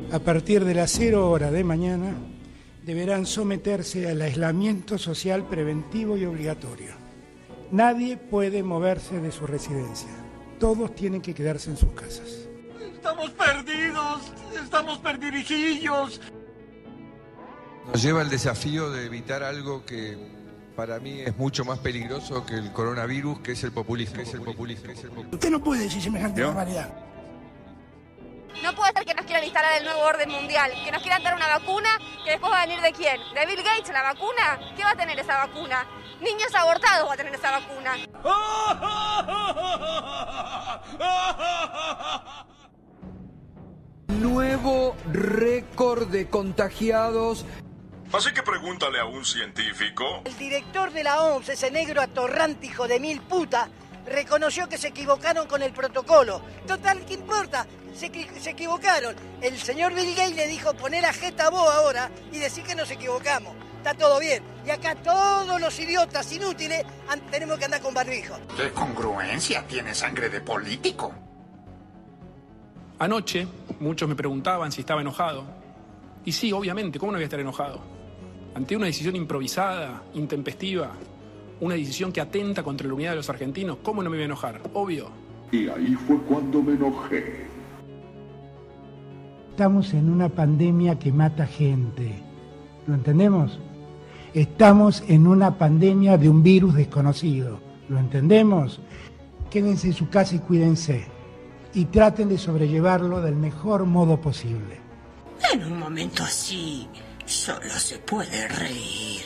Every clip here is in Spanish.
a partir de las 0 horas de mañana, deberán someterse al aislamiento social preventivo y obligatorio. Nadie puede moverse de su residencia. Todos tienen que quedarse en sus casas. ¡Estamos perdidos! ¡Estamos perdidijillos! Nos lleva el desafío de evitar algo que para mí es mucho más peligroso que el coronavirus, que es el populismo. Usted no puede decir semejante barbaridad. No puede ser que nos quieran instalar el nuevo orden mundial, que nos quieran dar una vacuna, que después va a venir ¿de quién? ¿De Bill Gates la vacuna? ¿Qué va a tener esa vacuna? Niños abortados va a tener esa vacuna. Nuevo récord de contagiados. Así que pregúntale a un científico. El director de la OMS, ese negro atorrante hijo de mil puta, reconoció que se equivocaron con el protocolo. Total, ¿qué importa? Se equivocaron. El señor Bill Gates le dijo poner a jeta vos ahora y decir que nos equivocamos. Está todo bien. Y acá todos los idiotas inútiles tenemos que andar con barbijo. ¡Qué congruencia! Tiene sangre de político. Anoche muchos me preguntaban si estaba enojado. Y sí, obviamente, ¿cómo no voy a estar enojado? Ante una decisión improvisada, intempestiva, una decisión que atenta contra la unidad de los argentinos, ¿cómo no me voy a enojar? Obvio. Y ahí fue cuando me enojé. Estamos en una pandemia que mata gente. ¿Lo entendemos? Estamos en una pandemia de un virus desconocido. ¿Lo entendemos? Quédense en su casa y cuídense. Y traten de sobrellevarlo del mejor modo posible. En un momento así, solo se puede reír.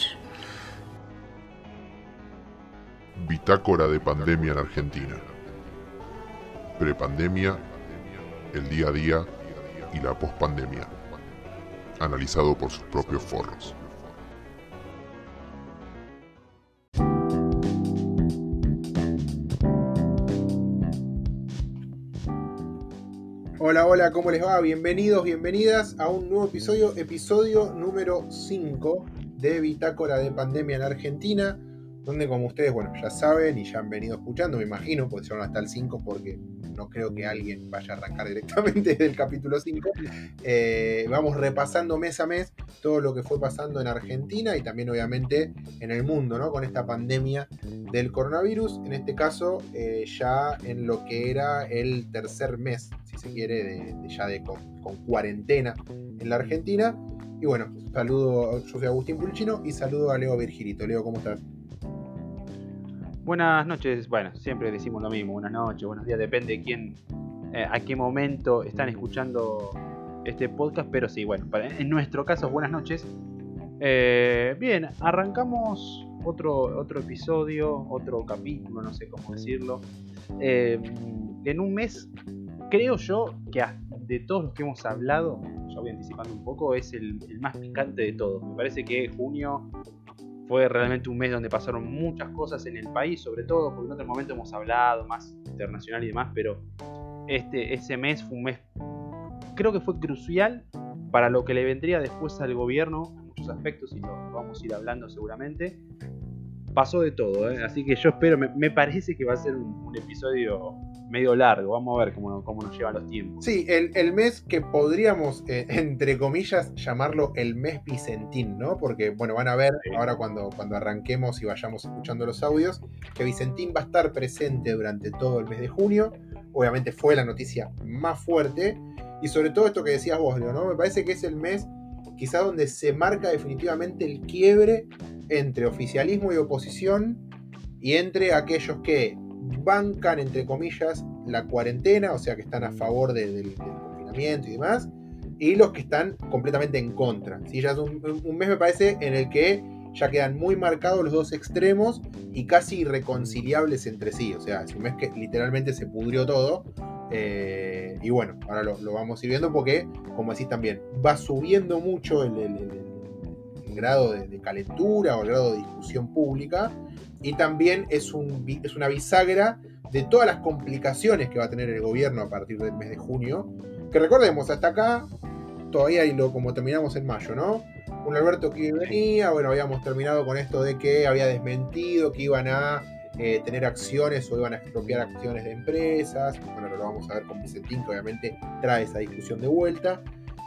Bitácora de pandemia en Argentina. Prepandemia, el día a día y la pospandemia. Analizado por sus propios forros. Hola, hola, ¿cómo les va? Bienvenidos, bienvenidas a un nuevo episodio número 5 de Bitácora de Pandemia en Argentina, donde como ustedes, bueno, ya saben y ya han venido escuchando, me imagino, porque son hasta el 5 porque no creo que alguien vaya a arrancar directamente del capítulo 5. Vamos repasando mes a mes todo lo que fue pasando en Argentina y también obviamente en el mundo, ¿no? Con esta pandemia del coronavirus, en este caso ya en lo que era el tercer mes, si se quiere, con cuarentena en la Argentina. Y bueno, saludo, yo soy Agustín Pulchino y saludo a Leo Virgilito. Leo, ¿cómo estás? Buenas noches, bueno, siempre decimos lo mismo, buenas noches, buenos días, depende de quién, a qué momento están escuchando este podcast, pero sí, bueno, en nuestro caso, buenas noches. Bien, arrancamos otro episodio, otro capítulo, no sé cómo decirlo, en un mes, creo yo, que de todos los que hemos hablado, ya voy anticipando un poco, es el más picante de todos. Me parece que junio fue realmente un mes donde pasaron muchas cosas en el país, sobre todo porque en otros momentos hemos hablado más internacional y demás, pero ese mes fue un mes, creo que fue crucial para lo que le vendría después al gobierno en muchos aspectos, y lo vamos a ir hablando seguramente. Pasó de todo, así que yo espero, me parece que va a ser un episodio medio largo, vamos a ver cómo nos llevan los tiempos. Sí, el mes que podríamos, entre comillas, llamarlo el mes Vicentín, ¿no? Porque, bueno, van a ver ahora cuando arranquemos y vayamos escuchando los audios, que Vicentín va a estar presente durante todo el mes de junio. Obviamente fue la noticia más fuerte, y sobre todo esto que decías vos, Leo, ¿no? Me parece que es el mes quizá donde se marca definitivamente el quiebre entre oficialismo y oposición, y entre aquellos que bancan, entre comillas, la cuarentena, o sea que están a favor del confinamiento y demás, y los que están completamente en contra. ¿Sí? Ya es un mes, me parece, en el que ya quedan muy marcados los dos extremos y casi irreconciliables entre sí. O sea, es un mes que literalmente se pudrió todo. Y bueno, ahora lo vamos a ir viendo porque, como decís también, va subiendo mucho el grado de calentura o el grado de discusión pública, y también es una bisagra de todas las complicaciones que va a tener el gobierno a partir del mes de junio, que recordemos, hasta acá todavía como terminamos en mayo, ¿no? Un Alberto que venía, bueno, habíamos terminado con esto de que había desmentido que iban a tener acciones o iban a expropiar acciones de empresas. Bueno, lo vamos a ver con Vicentín, que obviamente trae esa discusión de vuelta.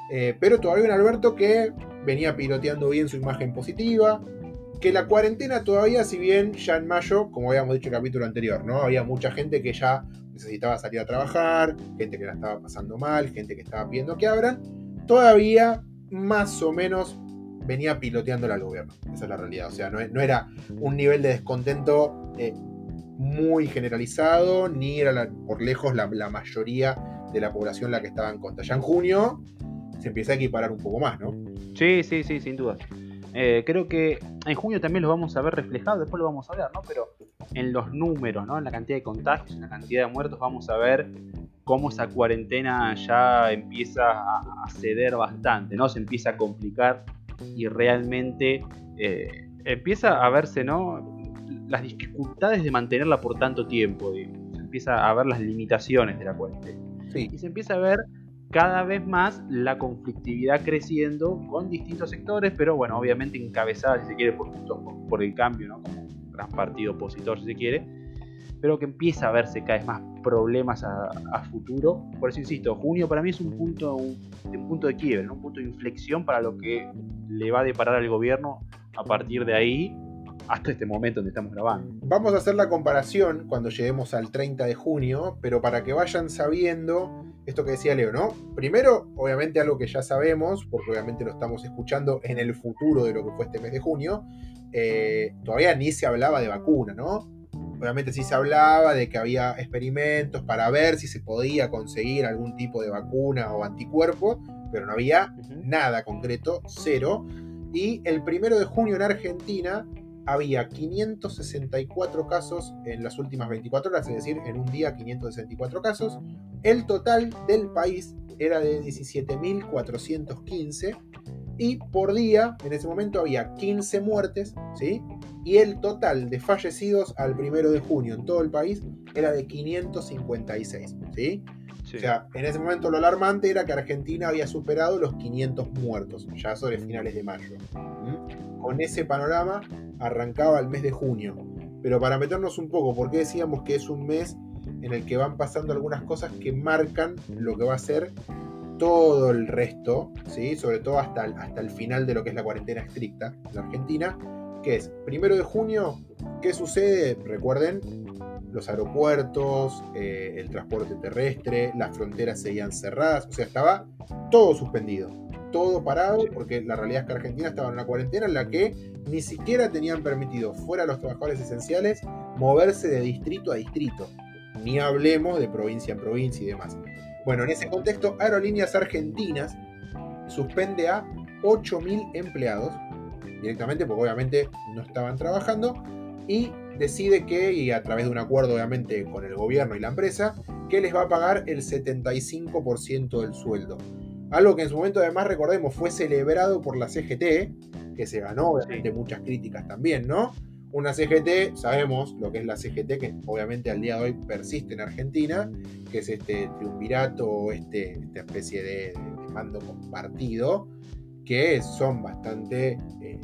Pero todavía un Alberto que venía piloteando bien su imagen positiva, que la cuarentena todavía, si bien ya en mayo, como habíamos dicho en el capítulo anterior, ¿no? Había mucha gente que ya necesitaba salir a trabajar, gente que la estaba pasando mal, gente que estaba pidiendo que abran, todavía más o menos venía piloteándola al gobierno. Esa es la realidad. O sea, no era un nivel de descontento muy generalizado, ni era por lejos la mayoría de la población la que estaba en contra. Ya en junio se empieza a equiparar un poco más, ¿no? Sí, sin duda. Creo que en junio también lo vamos a ver reflejado, después lo vamos a ver, ¿no? Pero en los números, ¿no? En la cantidad de contagios, en la cantidad de muertos, vamos a ver cómo esa cuarentena ya empieza a ceder bastante, ¿no? Se empieza a complicar y realmente empieza a verse, ¿no? Las dificultades de mantenerla por tanto tiempo, digamos. Se empieza a ver las limitaciones de la cuarentena. Sí. Y se empieza a ver cada vez más la conflictividad creciendo con distintos sectores, pero bueno, obviamente encabezada, si se quiere, por el cambio, ¿no? Como gran partido opositor, si se quiere, pero que empieza a verse cada vez más problemas a futuro. Por eso insisto, junio para mí es un punto de quiebre, ¿no? Un punto de inflexión para lo que le va a deparar al gobierno a partir de ahí hasta este momento donde estamos grabando. Vamos a hacer la comparación cuando lleguemos al 30 de junio, pero para que vayan sabiendo esto que decía Leo, ¿no? Primero, obviamente algo que ya sabemos, porque obviamente lo estamos escuchando en el futuro de lo que fue este mes de junio, todavía ni se hablaba de vacuna, ¿no? Obviamente sí se hablaba de que había experimentos para ver si se podía conseguir algún tipo de vacuna o anticuerpo, pero no había nada concreto, cero. Y el 1 de junio en Argentina había 564 casos en las últimas 24 horas, es decir, en un día 564 casos. El total del país era de 17.415 y por día, en ese momento, había 15 muertes, ¿sí? Y el total de fallecidos al 1 de junio en todo el país era de 556, ¿sí? Sí. O sea, en ese momento lo alarmante era que Argentina había superado los 500 muertos, ya sobre finales de mayo. Con ese panorama arrancaba el mes de junio. Pero para meternos un poco, ¿por qué decíamos que es un mes en el que van pasando algunas cosas que marcan lo que va a ser todo el resto, ¿sí? Sobre todo hasta el final de lo que es la cuarentena estricta en la Argentina, que es 1 de junio, ¿qué sucede? Recuerden, los aeropuertos, el transporte terrestre, las fronteras seguían cerradas, o sea, estaba todo suspendido, todo parado, porque la realidad es que Argentina estaba en una cuarentena en la que ni siquiera tenían permitido, fuera los trabajadores esenciales, moverse de distrito a distrito, ni hablemos de provincia en provincia y demás. Bueno, en ese contexto, Aerolíneas Argentinas suspende a 8.000 empleados directamente, porque obviamente no estaban trabajando, y decide que, y a través de un acuerdo obviamente con el gobierno y la empresa, que les va a pagar el 75% del sueldo. Algo que en su momento además, recordemos, fue celebrado por la CGT, que se ganó obviamente muchas críticas también, ¿no? Una CGT, sabemos lo que es la CGT, que obviamente al día de hoy persiste en Argentina, que es este triunvirato, esta especie de mando compartido, que son bastante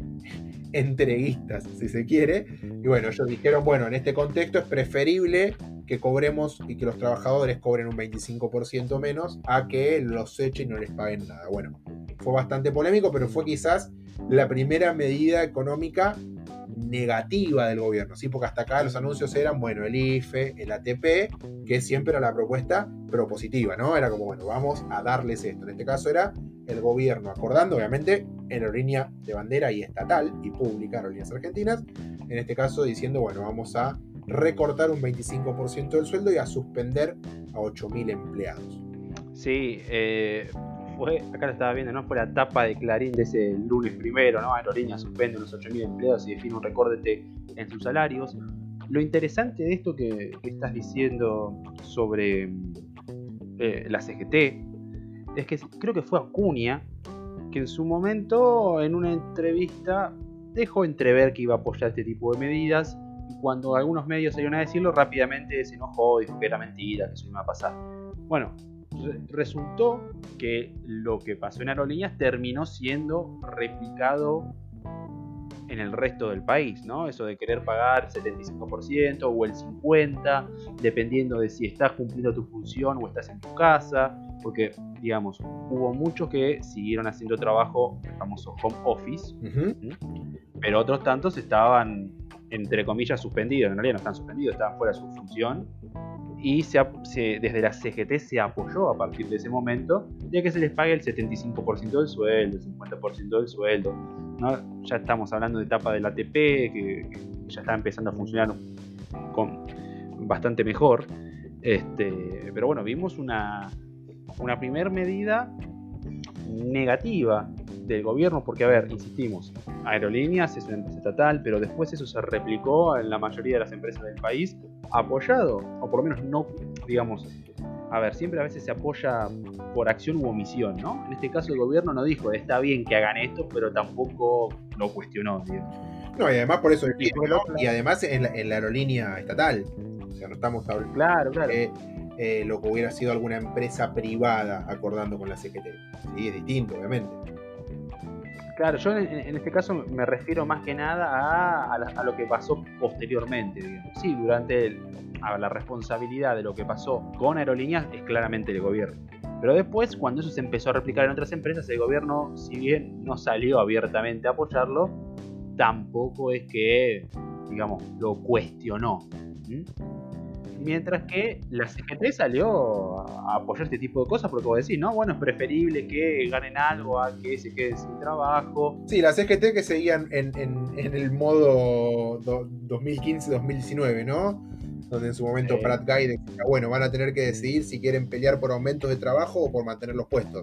entreguistas, si se quiere. Y bueno, ellos dijeron, bueno, en este contexto es preferible que cobremos y que los trabajadores cobren un 25% menos a que los echen y no les paguen nada. Bueno, fue bastante polémico, pero fue quizás la primera medida económica negativa del gobierno, ¿sí? Porque hasta acá los anuncios eran, bueno, el IFE, el ATP, que siempre era la propuesta propositiva, ¿no? Era como, bueno, vamos a darles esto. En este caso era el gobierno acordando, obviamente, aerolínea de bandera y estatal y pública, Aerolíneas Argentinas, en este caso diciendo, bueno, vamos a recortar un 25% del sueldo y a suspender a 8.000 empleados. Sí, acá lo estaba viendo, ¿no? Fue la tapa de Clarín de ese lunes primero, ¿no? Aerolíneas suspende los 8.000 empleados y define un recorte en sus salarios. Lo interesante de esto que estás diciendo sobre la CGT es que creo que fue Acuña que en su momento en una entrevista dejó entrever que iba a apoyar este tipo de medidas, y cuando algunos medios salieron a decirlo rápidamente se enojó, dijo que era mentira, que eso iba a pasar. Bueno, resultó que lo que pasó en Aerolíneas terminó siendo replicado en el resto del país, ¿no? Eso de querer pagar 75% o el 50%, dependiendo de si estás cumpliendo tu función o estás en tu casa, porque, digamos, hubo muchos que siguieron haciendo trabajo, el famoso home office, pero otros tantos estaban, entre comillas, suspendidos. En realidad no están suspendidos, estaban fuera de su función. Y desde la CGT se apoyó a partir de ese momento de que se les pague el 75% del sueldo, el 50% del sueldo, ¿no? Ya estamos hablando de etapa del ATP, que ya está empezando a funcionar con bastante mejor. Pero bueno, vimos una primera medida negativa del gobierno, porque, a ver, insistimos, Aerolíneas es una empresa estatal, pero después eso se replicó en la mayoría de las empresas del país, apoyado, o por lo menos no, digamos, a ver, siempre a veces se apoya por acción u omisión, ¿no? En este caso el gobierno no dijo, está bien que hagan esto, pero tampoco lo cuestionó, digamos. No, y además por eso y además en la aerolínea estatal, o sea, no estamos hablando claro. Lo que hubiera sido alguna empresa privada acordando con la CGT. Sí, es distinto, obviamente. Claro, yo en este caso me refiero más que nada a lo que pasó posteriormente, digamos. Sí, durante la responsabilidad de lo que pasó con Aerolíneas es claramente el gobierno. Pero después, cuando eso se empezó a replicar en otras empresas, el gobierno, si bien no salió abiertamente a apoyarlo, tampoco es que, digamos, lo cuestionó. Mientras que la CGT salió a apoyar este tipo de cosas, porque vos decís, no, bueno, es preferible que ganen algo a que se queden sin trabajo. Sí, la CGT que seguían en el modo 2015-2019, ¿no? Donde en su momento Prat Guy decía, bueno, van a tener que decidir si quieren pelear por aumentos de trabajo o por mantener los puestos.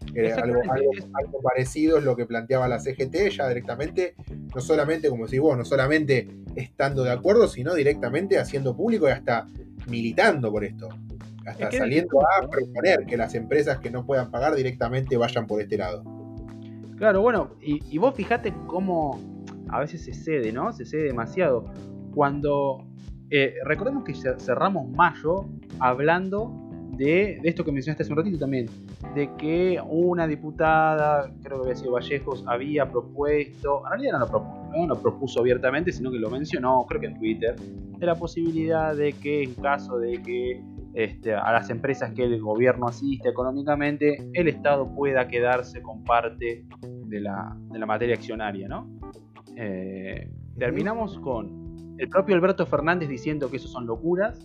Algo parecido es lo que planteaba la CGT, ya directamente, no solamente, como decís vos, no solamente estando de acuerdo, sino directamente haciendo público y hasta militando por esto. Hasta saliendo a proponer que las empresas que no puedan pagar directamente vayan por este lado. Claro, bueno, y vos fijate cómo a veces se cede, ¿no? Se cede demasiado. Cuando recordemos que cerramos mayo hablando de esto que mencionaste hace un ratito también, de que una diputada, creo que había sido Vallejos, había propuesto, en realidad no lo propuso abiertamente, sino que lo mencionó, creo que en Twitter, de la posibilidad de que en caso de que a las empresas que el gobierno asiste económicamente, el Estado pueda quedarse con parte de la materia accionaria, ¿no? Terminamos con el propio Alberto Fernández diciendo que eso son locuras,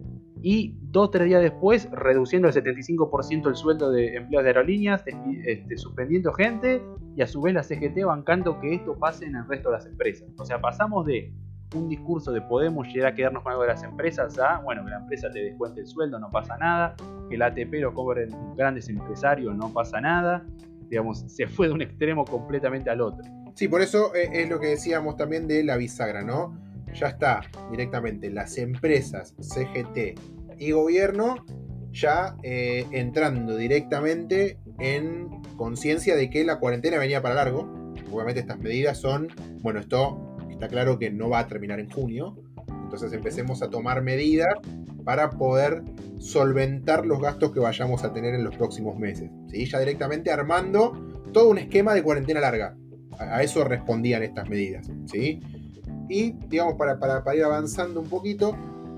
y 2 o 3 días después reduciendo el 75% el sueldo de empleados de aerolíneas, suspendiendo gente, y a su vez la CGT bancando que esto pase en el resto de las empresas. O sea, pasamos de un discurso de podemos llegar a quedarnos con algo de las empresas a, bueno, que la empresa te descuente el sueldo, no pasa nada, que el ATP lo cobren grandes empresarios, no pasa nada. Digamos, se fue de un extremo completamente al otro. Sí, por eso es lo que decíamos también de la bisagra, ¿no? Ya está directamente las empresas, CGT y gobierno ya entrando directamente en conciencia de que la cuarentena venía para largo. Obviamente estas medidas son, bueno, esto está claro que no va a terminar en junio, entonces empecemos a tomar medidas para poder solventar los gastos que vayamos a tener en los próximos meses, ¿sí? Ya directamente armando todo un esquema de cuarentena larga. A eso respondían estas medidas, ¿sí? Y, digamos, para ir avanzando un poquito,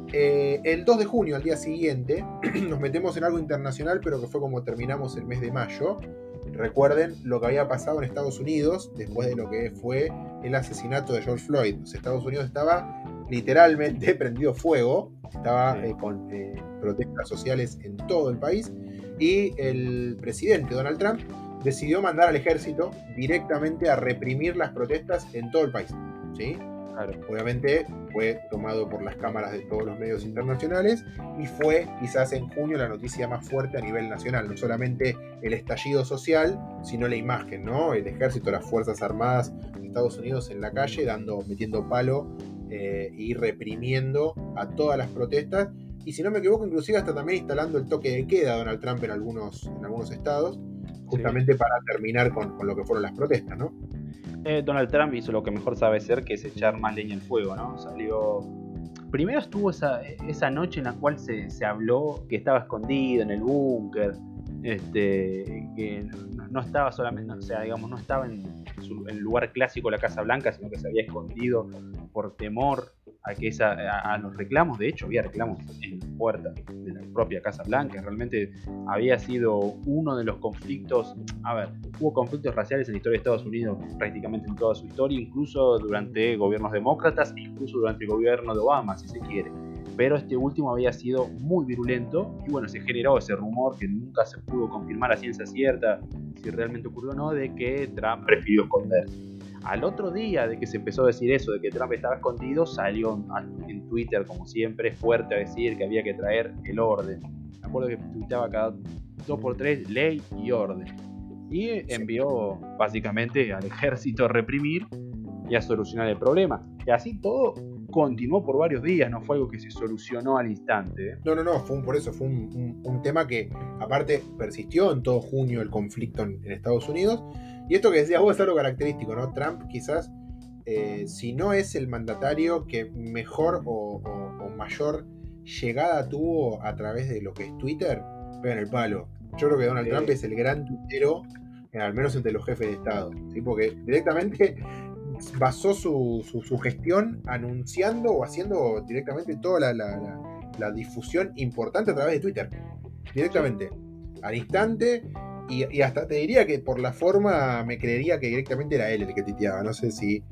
el 2 de junio, al día siguiente, nos metemos en algo internacional, pero que fue como terminamos el mes de mayo. Recuerden lo que había pasado en Estados Unidos después de lo que fue el asesinato de George Floyd. Los Estados Unidos estaba literalmente prendido fuego, estaba con protestas sociales en todo el país, y el presidente Donald Trump decidió mandar al ejército directamente a reprimir las protestas en todo el país, ¿sí? Claro. Obviamente fue tomado por las cámaras de todos los medios internacionales y fue quizás en junio la noticia más fuerte a nivel nacional. No solamente el estallido social, sino la imagen, ¿no? El ejército, las Fuerzas Armadas de Estados Unidos en la calle, metiendo palo y reprimiendo a todas las protestas. Y si no me equivoco, inclusive hasta también instalando el toque de queda Donald Trump en algunos estados, justamente para terminar con lo que fueron las protestas, ¿no? Donald Trump hizo lo que mejor sabe hacer, que es echar más leña al fuego, ¿no? Primero estuvo esa noche en la cual se habló que estaba escondido en el búnker, que no estaba solamente, o sea, digamos, no estaba en el lugar clásico de la Casa Blanca, sino que se había escondido por temor a los reclamos. De hecho, había reclamos en la puerta de la propia Casa Blanca. Realmente había sido uno de los conflictos. A ver, hubo conflictos raciales en la historia de Estados Unidos prácticamente en toda su historia, incluso durante gobiernos demócratas, incluso durante el gobierno de Obama, si se quiere. Pero este último había sido muy virulento y bueno, se generó ese rumor que nunca se pudo confirmar a ciencia cierta si realmente ocurrió o no, de que Trump prefirió esconderse. Al otro día de que se empezó a decir eso, de que Trump estaba escondido, salió en Twitter, como siempre, fuerte a decir que había que traer el orden. Me acuerdo que tuiteaba cada 2x3 ley y orden. Y envió básicamente al ejército a reprimir y a solucionar el problema. Y así todo continuó por varios días, no fue algo que se solucionó al instante. No, por eso fue un tema que aparte persistió en todo junio el conflicto en Estados Unidos. Y esto que decías vos es algo característico, ¿no? Trump quizás, si no es el mandatario que mejor o mayor llegada tuvo a través de lo que es Twitter, pegan el palo. Yo creo que Donald Trump es el gran tuitero, al menos entre los jefes de Estado, ¿sí? Porque directamente basó su gestión anunciando o haciendo directamente toda la difusión importante a través de Twitter. Directamente, al instante. Y hasta te diría que por la forma me creería que directamente era él el que tuiteaba. No sé si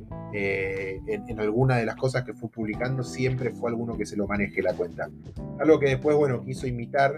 en alguna de las cosas que fue publicando siempre fue alguno que se lo maneje la cuenta. Algo que después, bueno, quiso imitar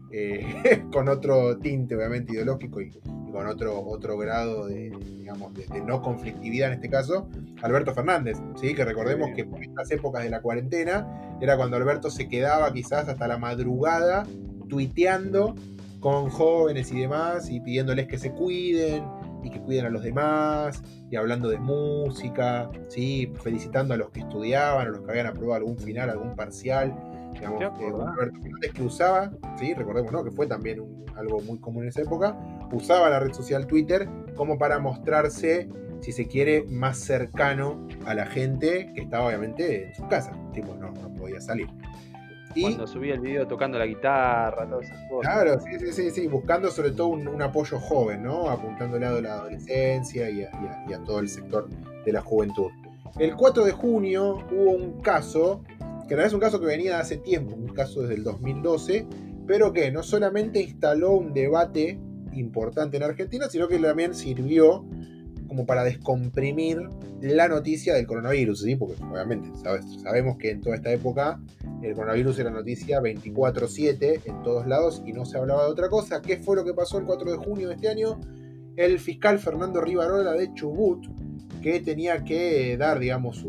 con otro tinte obviamente ideológico y con otro grado de no conflictividad en este caso, Alberto Fernández, ¿sí? Que recordemos que por estas épocas de la cuarentena era cuando Alberto se quedaba quizás hasta la madrugada tuiteando con jóvenes y demás, y pidiéndoles que se cuiden, y que cuiden a los demás, y hablando de música, ¿sí? Felicitando a los que estudiaban, a los que habían aprobado algún final, algún parcial, digamos, Alberto Fernández que usaba, ¿sí? Recordemos, ¿no? Que fue también algo muy común en esa época, usaba la red social Twitter como para mostrarse, si se quiere, más cercano a la gente que estaba obviamente en su casa, tipo, no podía salir. Cuando subía el video tocando la guitarra, todas esas cosas. Claro, sí, buscando sobre todo un apoyo joven, ¿no? Apuntándole a la adolescencia y a todo el sector de la juventud. El 4 de junio hubo un caso, que no es un caso que venía de hace tiempo, un caso desde el 2012, pero que no solamente instaló un debate importante en Argentina, sino que también sirvió como para descomprimir la noticia del coronavirus, ¿sí? Porque obviamente sabemos que en toda esta época el coronavirus era noticia 24/7 en todos lados y no se hablaba de otra cosa. ¿Qué fue lo que pasó el 4 de junio de este año? El fiscal Fernando Rivarola de Chubut, que tenía que dar, digamos,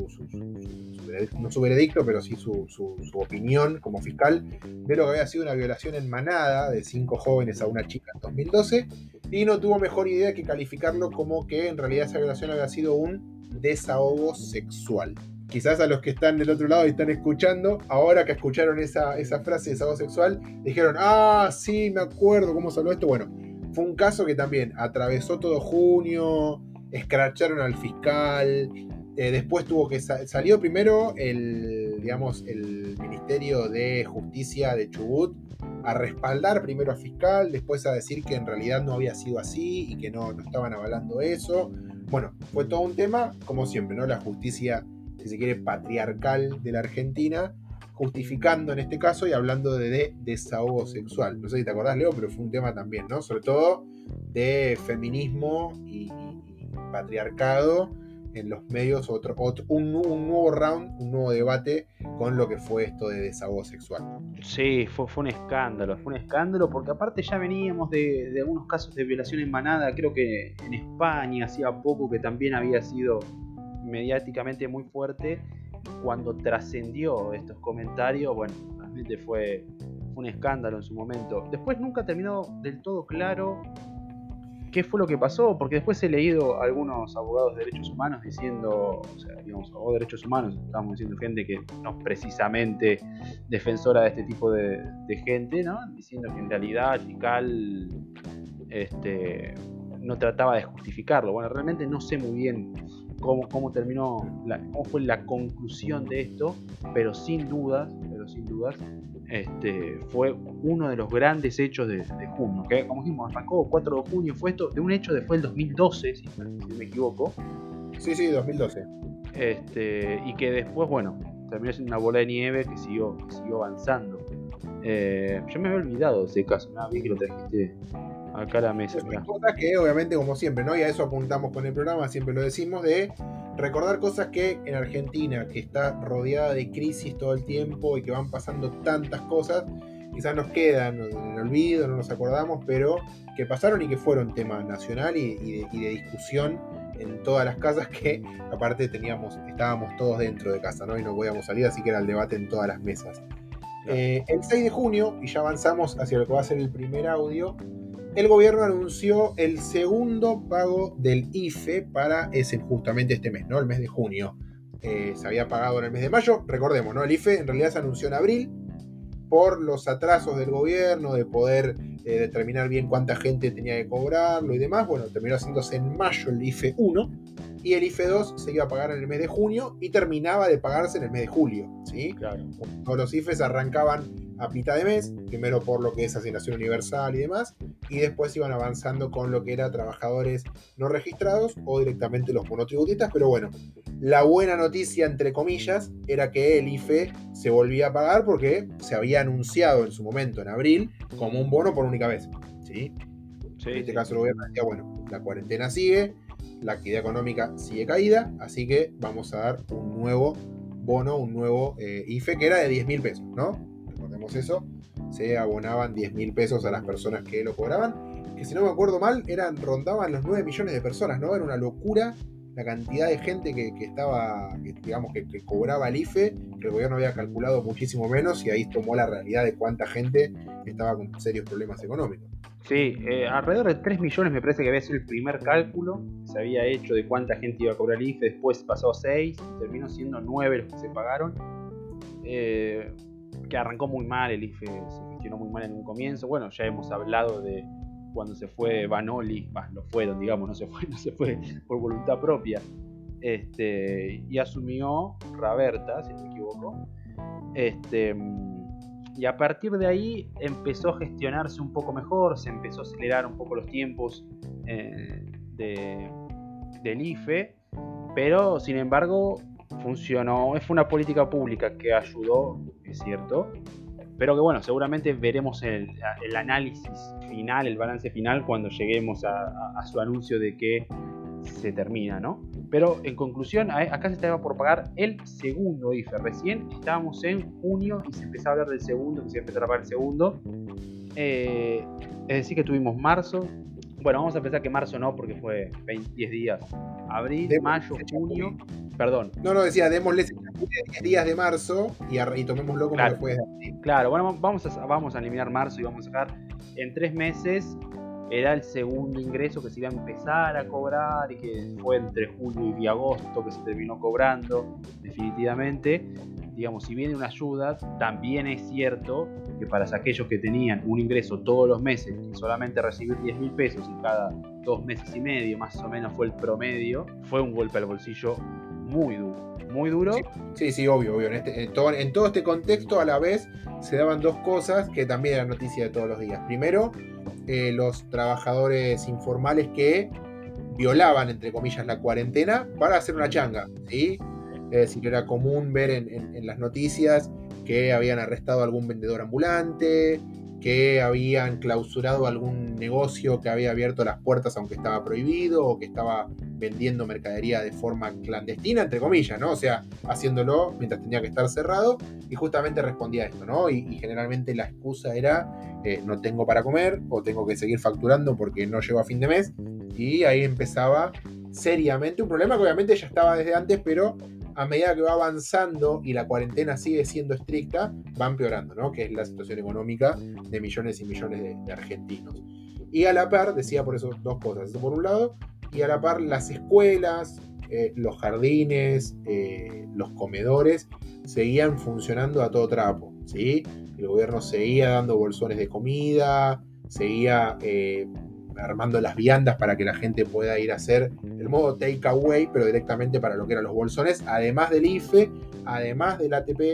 no su veredicto, pero sí su opinión como fiscal de lo que había sido una violación en manada de 5 jóvenes a una chica en 2012, y no tuvo mejor idea que calificarlo como que en realidad esa violación había sido un desahogo sexual. Quizás a los que están del otro lado y están escuchando, ahora que escucharon esa frase de desahogo sexual, dijeron, sí, me acuerdo cómo se habló esto. Bueno, fue un caso que también atravesó todo junio, escracharon al fiscal. Después salió primero el Ministerio de Justicia de Chubut a respaldar primero al fiscal, después a decir que en realidad no había sido así y que no estaban avalando eso. Bueno, fue todo un tema, como siempre, ¿no? La justicia, si se quiere, patriarcal de la Argentina, justificando en este caso y hablando de desahogo sexual. No sé si te acordás, Leo, pero fue un tema también, ¿no? Sobre todo de feminismo y patriarcado en los medios, un nuevo round, un nuevo debate con lo que fue esto de desahogo sexual. Sí, fue un escándalo porque aparte ya veníamos de algunos casos de violación en manada, creo que en España hacía poco que también había sido mediáticamente muy fuerte. Cuando trascendió estos comentarios, bueno, realmente fue un escándalo en su momento. Después nunca terminó del todo claro qué fue lo que pasó, porque después he leído a algunos abogados de derechos humanos diciendo, o sea, digamos, abogados de derechos humanos, estábamos diciendo gente que no es precisamente defensora de este tipo de gente, ¿no? Diciendo que en realidad el fiscal no trataba de justificarlo. Bueno, realmente no sé muy bien cómo terminó, cómo fue la conclusión de esto, pero sin dudas fue uno de los grandes hechos de junio, que como dijimos, arrancó 4 de junio, fue esto de un hecho fue el 2012, si no me equivoco. Sí, 2012. Y que después, bueno, terminó siendo una bola de nieve que siguió avanzando. Yo me había olvidado de ese caso, nada, bien que lo trajiste acá a la mesa. Es una cosa que obviamente, como siempre, ¿no? Y a eso apuntamos con el programa, siempre lo decimos, de recordar cosas que en Argentina, que está rodeada de crisis todo el tiempo y que van pasando tantas cosas, quizás nos quedan en el olvido, no nos acordamos, pero que pasaron y que fueron tema nacional y de discusión en todas las casas, que aparte estábamos todos dentro de casa, ¿no? Y no podíamos salir, así que era el debate en todas las mesas. El 6 de junio, y ya avanzamos hacia lo que va a ser el primer audio, el gobierno anunció el segundo pago del IFE para justamente este mes, ¿no? El mes de junio. Se había pagado en el mes de mayo, recordemos, ¿no? El IFE en realidad se anunció en abril por los atrasos del gobierno de poder determinar bien cuánta gente tenía que cobrarlo y demás. Bueno, terminó haciéndose en mayo el IFE 1 y el IFE 2 se iba a pagar en el mes de junio y terminaba de pagarse en el mes de julio, ¿sí? Claro. Todos los IFEs arrancaban a mitad de mes, primero por lo que es asignación universal y demás, y después iban avanzando con lo que era trabajadores no registrados o directamente los monotributistas. Pero bueno, la buena noticia, entre comillas, era que el IFE se volvía a pagar porque se había anunciado en su momento, en abril, como un bono por única vez, ¿sí? En este caso el gobierno decía, bueno, la cuarentena sigue, la actividad económica sigue caída, así que vamos a dar un nuevo bono, un nuevo IFE que era de 10.000 pesos, ¿no? Recordemos eso, se abonaban 10.000 pesos a las personas que lo cobraban, que si no me acuerdo mal, rondaban los 9 millones de personas, ¿no? Era una locura la cantidad de gente que cobraba el IFE, que el gobierno había calculado muchísimo menos, y ahí tomó la realidad de cuánta gente estaba con serios problemas económicos. Sí, alrededor de 3 millones me parece que había sido el primer cálculo que se había hecho de cuánta gente iba a cobrar el IFE, después pasó a 6, terminó siendo 9 los que se pagaron, que arrancó muy mal el IFE, se gestionó muy mal en un comienzo. Bueno, ya hemos hablado de cuando se fue Vanoli, lo fueron, digamos, no se fue por voluntad propia, y asumió Raberta, si no me equivoco, y a partir de ahí empezó a gestionarse un poco mejor, se empezó a acelerar un poco los tiempos del IFE, pero sin embargo funcionó, fue una política pública que ayudó, es cierto, pero que bueno, seguramente veremos el análisis final, el balance final, cuando lleguemos a su anuncio de que se termina, ¿no? Pero en conclusión, acá se estaba por pagar el segundo IFE. Recién estábamos en junio y se empezó a hablar del segundo, que se empezó a pagar el segundo. Es decir, que tuvimos marzo. Bueno, vamos a pensar que marzo no, porque fue 10 días. Abril, mayo, junio. Perdón. No, decía, démosle 10 días de marzo y tomémoslo como que fue. Claro, bueno, vamos a eliminar marzo y vamos a sacar en 3 meses. Era el segundo ingreso que se iba a empezar a cobrar y que fue entre julio y agosto que se terminó cobrando definitivamente. Digamos, si viene una ayuda, también es cierto que para aquellos que tenían un ingreso todos los meses y solamente recibir 10.000 pesos y cada 2 meses y medio más o menos fue el promedio, fue un golpe al bolsillo muy duro. Muy duro. Sí, obvio. En todo este contexto a la vez se daban dos cosas que también eran noticia de todos los días. Primero, los trabajadores informales que violaban, entre comillas, la cuarentena para hacer una changa, ¿sí? Es decir, era común ver en las noticias que habían arrestado a algún vendedor ambulante, que habían clausurado algún negocio que había abierto las puertas aunque estaba prohibido, o que estaba vendiendo mercadería de forma clandestina, entre comillas, ¿no? O sea, haciéndolo mientras tenía que estar cerrado, y justamente respondía a esto, ¿no? Y generalmente la excusa era no tengo para comer, o tengo que seguir facturando porque no llego a fin de mes, y ahí empezaba seriamente un problema que obviamente ya estaba desde antes, pero a medida que va avanzando y la cuarentena sigue siendo estricta, va empeorando, ¿no? Que es la situación económica de millones y millones de argentinos. Y a la par, decía por eso dos cosas, eso por un lado, y a la par las escuelas, los jardines, los comedores, seguían funcionando a todo trapo, ¿sí? El gobierno seguía dando bolsones de comida, seguía armando las viandas para que la gente pueda ir a hacer el modo take away, pero directamente para lo que eran los bolsones, además del IFE, además del ATP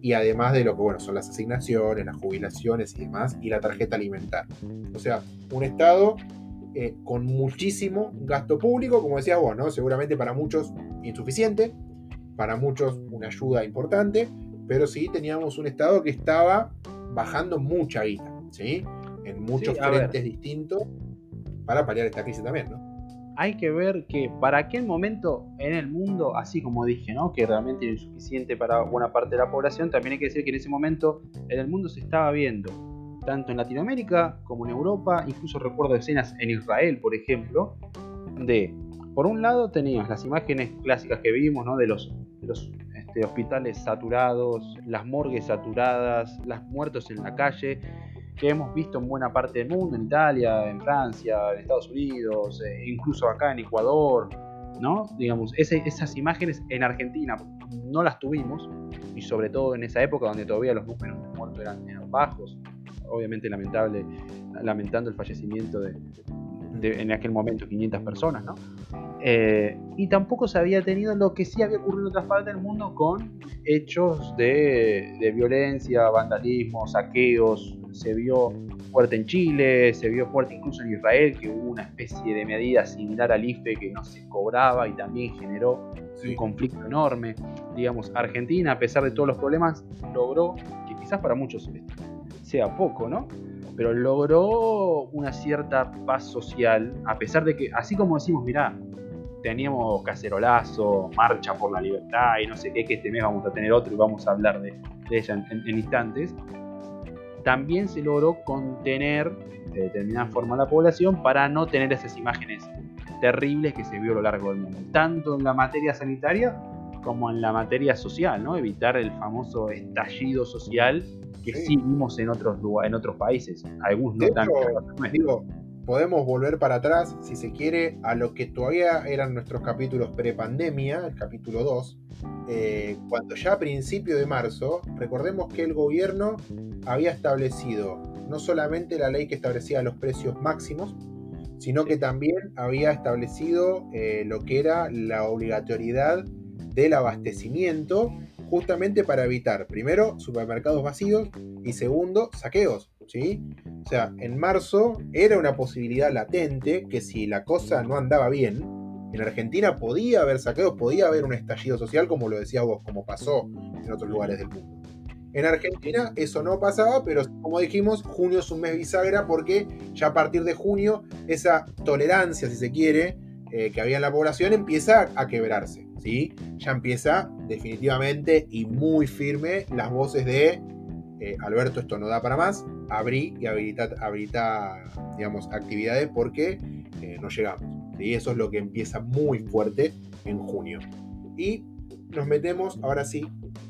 y además de lo que bueno, son las asignaciones, las jubilaciones y demás, y la tarjeta alimentar. O sea, un Estado con muchísimo gasto público, como decías vos, ¿no? Seguramente para muchos insuficiente, para muchos una ayuda importante, pero sí teníamos un Estado que estaba bajando mucha guita, ¿sí? En muchos frentes distintos para paliar esta crisis también, ¿no? Hay que ver que para aquel momento en el mundo, así como dije, ¿no? Que realmente era insuficiente para buena parte de la población, también hay que decir que en ese momento en el mundo se estaba viendo, tanto en Latinoamérica como en Europa, incluso recuerdo escenas en Israel, por ejemplo, de, por un lado tenías las imágenes clásicas que vimos, ¿no? De los hospitales saturados, las morgues saturadas, los muertos en la calle, que hemos visto en buena parte del mundo, en Italia, en Francia, en Estados Unidos, incluso acá en Ecuador, ¿no? Digamos, esas imágenes en Argentina no las tuvimos, y sobre todo en esa época donde todavía los números de muertos eran bajos, obviamente lamentando el fallecimiento de en aquel momento 500 personas, ¿no? Y tampoco se había tenido lo que sí había ocurrido en otras partes del mundo con hechos de violencia, vandalismo, saqueos. Se vio fuerte en Chile, se vio fuerte incluso en Israel, que hubo una especie de medida similar al IFE que no se cobraba y también generó un conflicto enorme. Digamos, Argentina, a pesar de todos los problemas, logró, que quizás para muchos sea poco, ¿no? Pero logró una cierta paz social, a pesar de que, así como decimos, mirá, teníamos cacerolazo, marcha por la libertad y no sé qué, que este mes vamos a tener otro y vamos a hablar de ella en instantes, también se logró contener de determinada forma a la población para no tener esas imágenes terribles que se vio a lo largo del mundo, tanto en la materia sanitaria como en la materia social, ¿no? Evitar el famoso estallido social que sí vimos en otros lugares, en otros países, algunos no tan. Digo, podemos volver para atrás, si se quiere, a lo que todavía eran nuestros capítulos pre-pandemia, el capítulo 2, cuando ya a principio de marzo, recordemos que el gobierno había establecido no solamente la ley que establecía los precios máximos, sino que también había establecido lo que era la obligatoriedad del abastecimiento, justamente para evitar, primero, supermercados vacíos y segundo, saqueos, ¿sí? O sea, en marzo era una posibilidad latente que si la cosa no andaba bien, en Argentina podía haber saqueos, podía haber un estallido social, como lo decías vos, como pasó en otros lugares del mundo. En Argentina eso no pasaba, pero como dijimos, junio es un mes bisagra porque ya a partir de junio esa tolerancia, si se quiere, que había en la población empieza a quebrarse, ¿sí? Ya empieza definitivamente y muy firme las voces de Alberto, esto no da para más, abrí y habilita digamos, actividades porque no llegamos, ¿sí? Eso es lo que empieza muy fuerte en junio. Y nos metemos ahora sí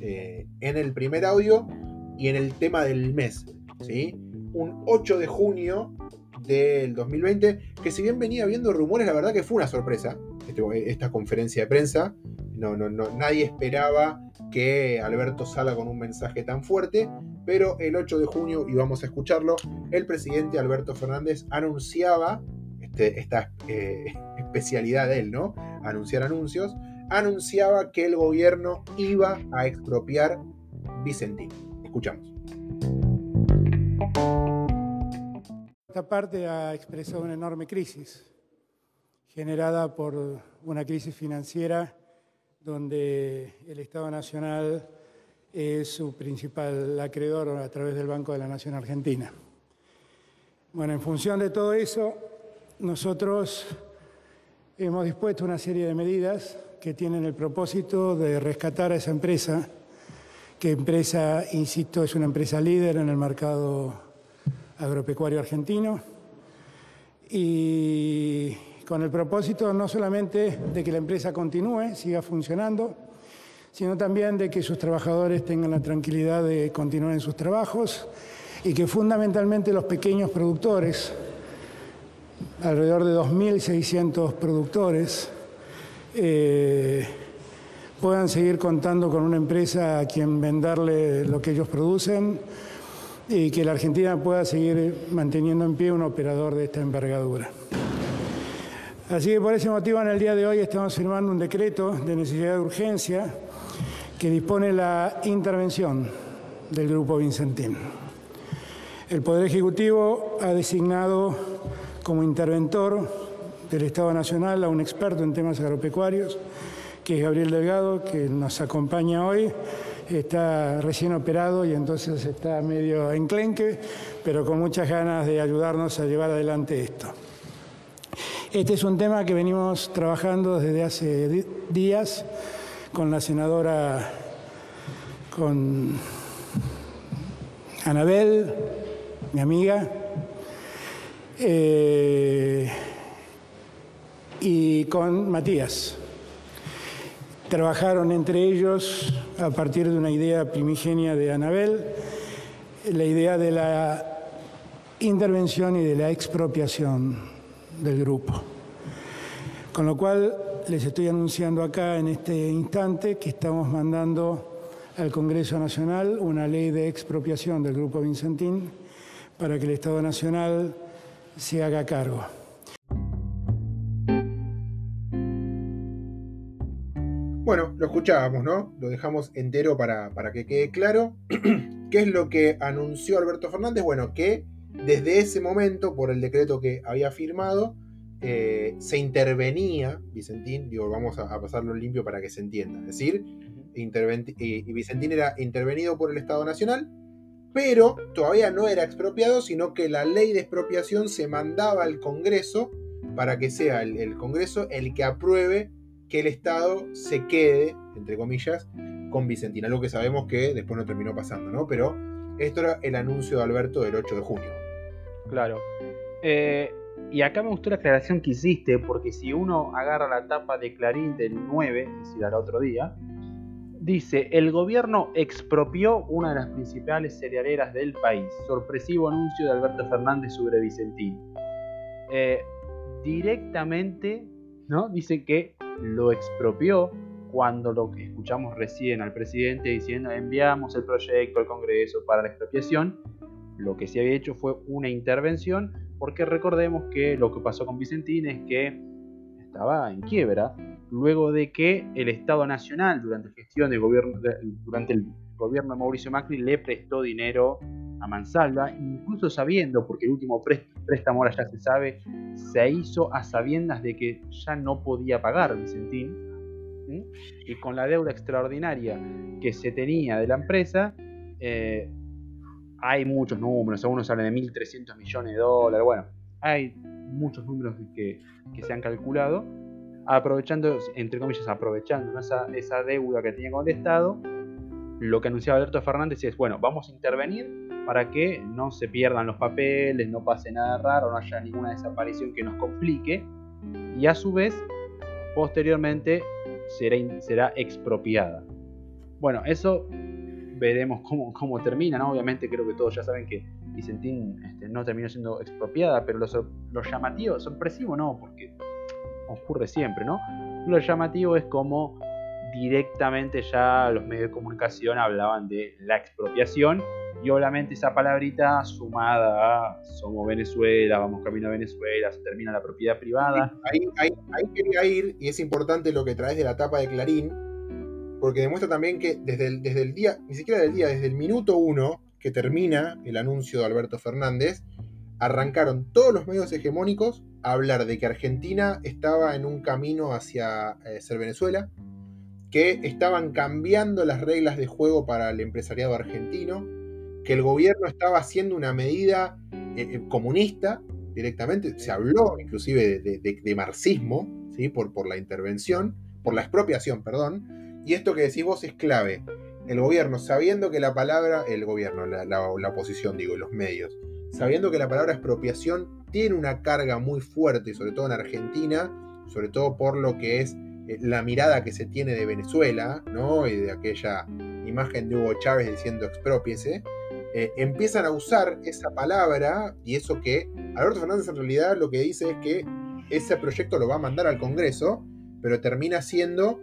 en el primer audio y en el tema del mes, ¿sí? Un 8 de junio del 2020, que si bien venía habiendo rumores, la verdad que fue una sorpresa esta conferencia de prensa. No, nadie esperaba que Alberto salga con un mensaje tan fuerte, pero el 8 de junio, y vamos a escucharlo, el presidente Alberto Fernández anunciaba esta especialidad de él, ¿no? Anunciar anuncios, anunciaba que el gobierno iba a expropiar Vicentín. Escuchamos. Esta parte ha expresado una enorme crisis generada por una crisis financiera donde el Estado Nacional es su principal acreedor a través del Banco de la Nación Argentina. Bueno, en función de todo eso, nosotros hemos dispuesto una serie de medidas que tienen el propósito de rescatar a esa empresa, que empresa, insisto, es una empresa líder en el mercado agropecuario argentino, y con el propósito no solamente de que la empresa continúe, siga funcionando, sino también de que sus trabajadores tengan la tranquilidad de continuar en sus trabajos y que fundamentalmente los pequeños productores, alrededor de 2.600 productores, puedan seguir contando con una empresa a quien venderle lo que ellos producen y que la Argentina pueda seguir manteniendo en pie un operador de esta envergadura. Así que por ese motivo en el día de hoy estamos firmando un decreto de necesidad de urgencia que dispone la intervención del Grupo Vicentín. El Poder Ejecutivo ha designado como interventor del Estado Nacional a un experto en temas agropecuarios, que es Gabriel Delgado, que nos acompaña hoy. Está recién operado y entonces está medio enclenque, pero con muchas ganas de ayudarnos a llevar adelante esto. Este es un tema que venimos trabajando desde hace días con la senadora, con Anabel, mi amiga, y con Matías. Trabajaron entre ellos a partir de una idea primigenia de Anabel, la idea de la intervención y de la expropiación del grupo. Con lo cual les estoy anunciando acá en este instante que estamos mandando al Congreso Nacional una ley de expropiación del Grupo Vicentín para que el Estado Nacional se haga cargo. Bueno, lo escuchábamos, ¿no? Lo dejamos entero para que quede claro. ¿Qué es lo que anunció Alberto Fernández? Bueno, que desde ese momento, por el decreto que había firmado, se intervenía Vicentín, digo, vamos a pasarlo limpio para que se entienda. Es decir, y Vicentín era intervenido por el Estado Nacional, pero todavía no era expropiado, sino que la ley de expropiación se mandaba al Congreso para que sea el Congreso el que apruebe que el Estado se quede, entre comillas, con Vicentín. Algo que sabemos que después no terminó pasando, ¿no? Pero esto era el anuncio de Alberto del 8 de junio. Claro. Y acá me gustó la aclaración que hiciste, porque si uno agarra la tapa de Clarín del 9, es decir, al otro día, dice: el gobierno expropió una de las principales cerealeras del país. Sorpresivo anuncio de Alberto Fernández sobre Vicentín. Directamente, ¿no? Dice que lo expropió, cuando lo que escuchamos recién al presidente diciendo enviamos el proyecto al Congreso para la expropiación. Lo que se había hecho fue una intervención, porque recordemos que lo que pasó con Vicentín es que estaba en quiebra luego de que el Estado Nacional durante el gobierno de Mauricio Macri le prestó dinero a mansalva, incluso sabiendo, porque el último préstamo ahora ya se sabe, se hizo a sabiendas de que ya no podía pagar Vicentín, ¿sí? Y con la deuda extraordinaria que se tenía de la empresa, hay muchos números, algunos hablan de 1.300 millones de dólares, bueno, hay muchos números que se han calculado, aprovechando, entre comillas, esa deuda que tenía con el Estado. Lo que anunciaba Alberto Fernández es, bueno, vamos a intervenir para que no se pierdan los papeles, no pase nada raro, no haya ninguna desaparición que nos complique, y a su vez, posteriormente, será expropiada. Bueno, eso veremos cómo termina, ¿no? Obviamente creo que todos ya saben que Vicentín no terminó siendo expropiada, pero lo llamativo, sorpresivo no, porque ocurre siempre, ¿no? Lo llamativo es como directamente ya los medios de comunicación hablaban de la expropiación, y obviamente esa palabrita sumada a somos Venezuela, vamos camino a Venezuela, se termina la propiedad privada. Sí, ahí quería ir, y es importante lo que traes de la tapa de Clarín, porque demuestra también que desde el día, ni siquiera del día, desde el minuto 1 que termina el anuncio de Alberto Fernández, arrancaron todos los medios hegemónicos a hablar de que Argentina estaba en un camino hacia ser Venezuela, que estaban cambiando las reglas de juego para el empresariado argentino, que el gobierno estaba haciendo una medida comunista directamente. Se habló inclusive de marxismo, ¿sí? por la intervención, por la expropiación, perdón. Y esto que decís vos es clave. El gobierno, sabiendo que la palabra, la oposición, digo, los medios, sabiendo que la palabra expropiación tiene una carga muy fuerte, sobre todo en Argentina, sobre todo por lo que es la mirada que se tiene de Venezuela, ¿no? Y de aquella imagen de Hugo Chávez diciendo exprópiese, empiezan a usar esa palabra, y eso que Alberto Fernández en realidad lo que dice es que ese proyecto lo va a mandar al Congreso, pero termina siendo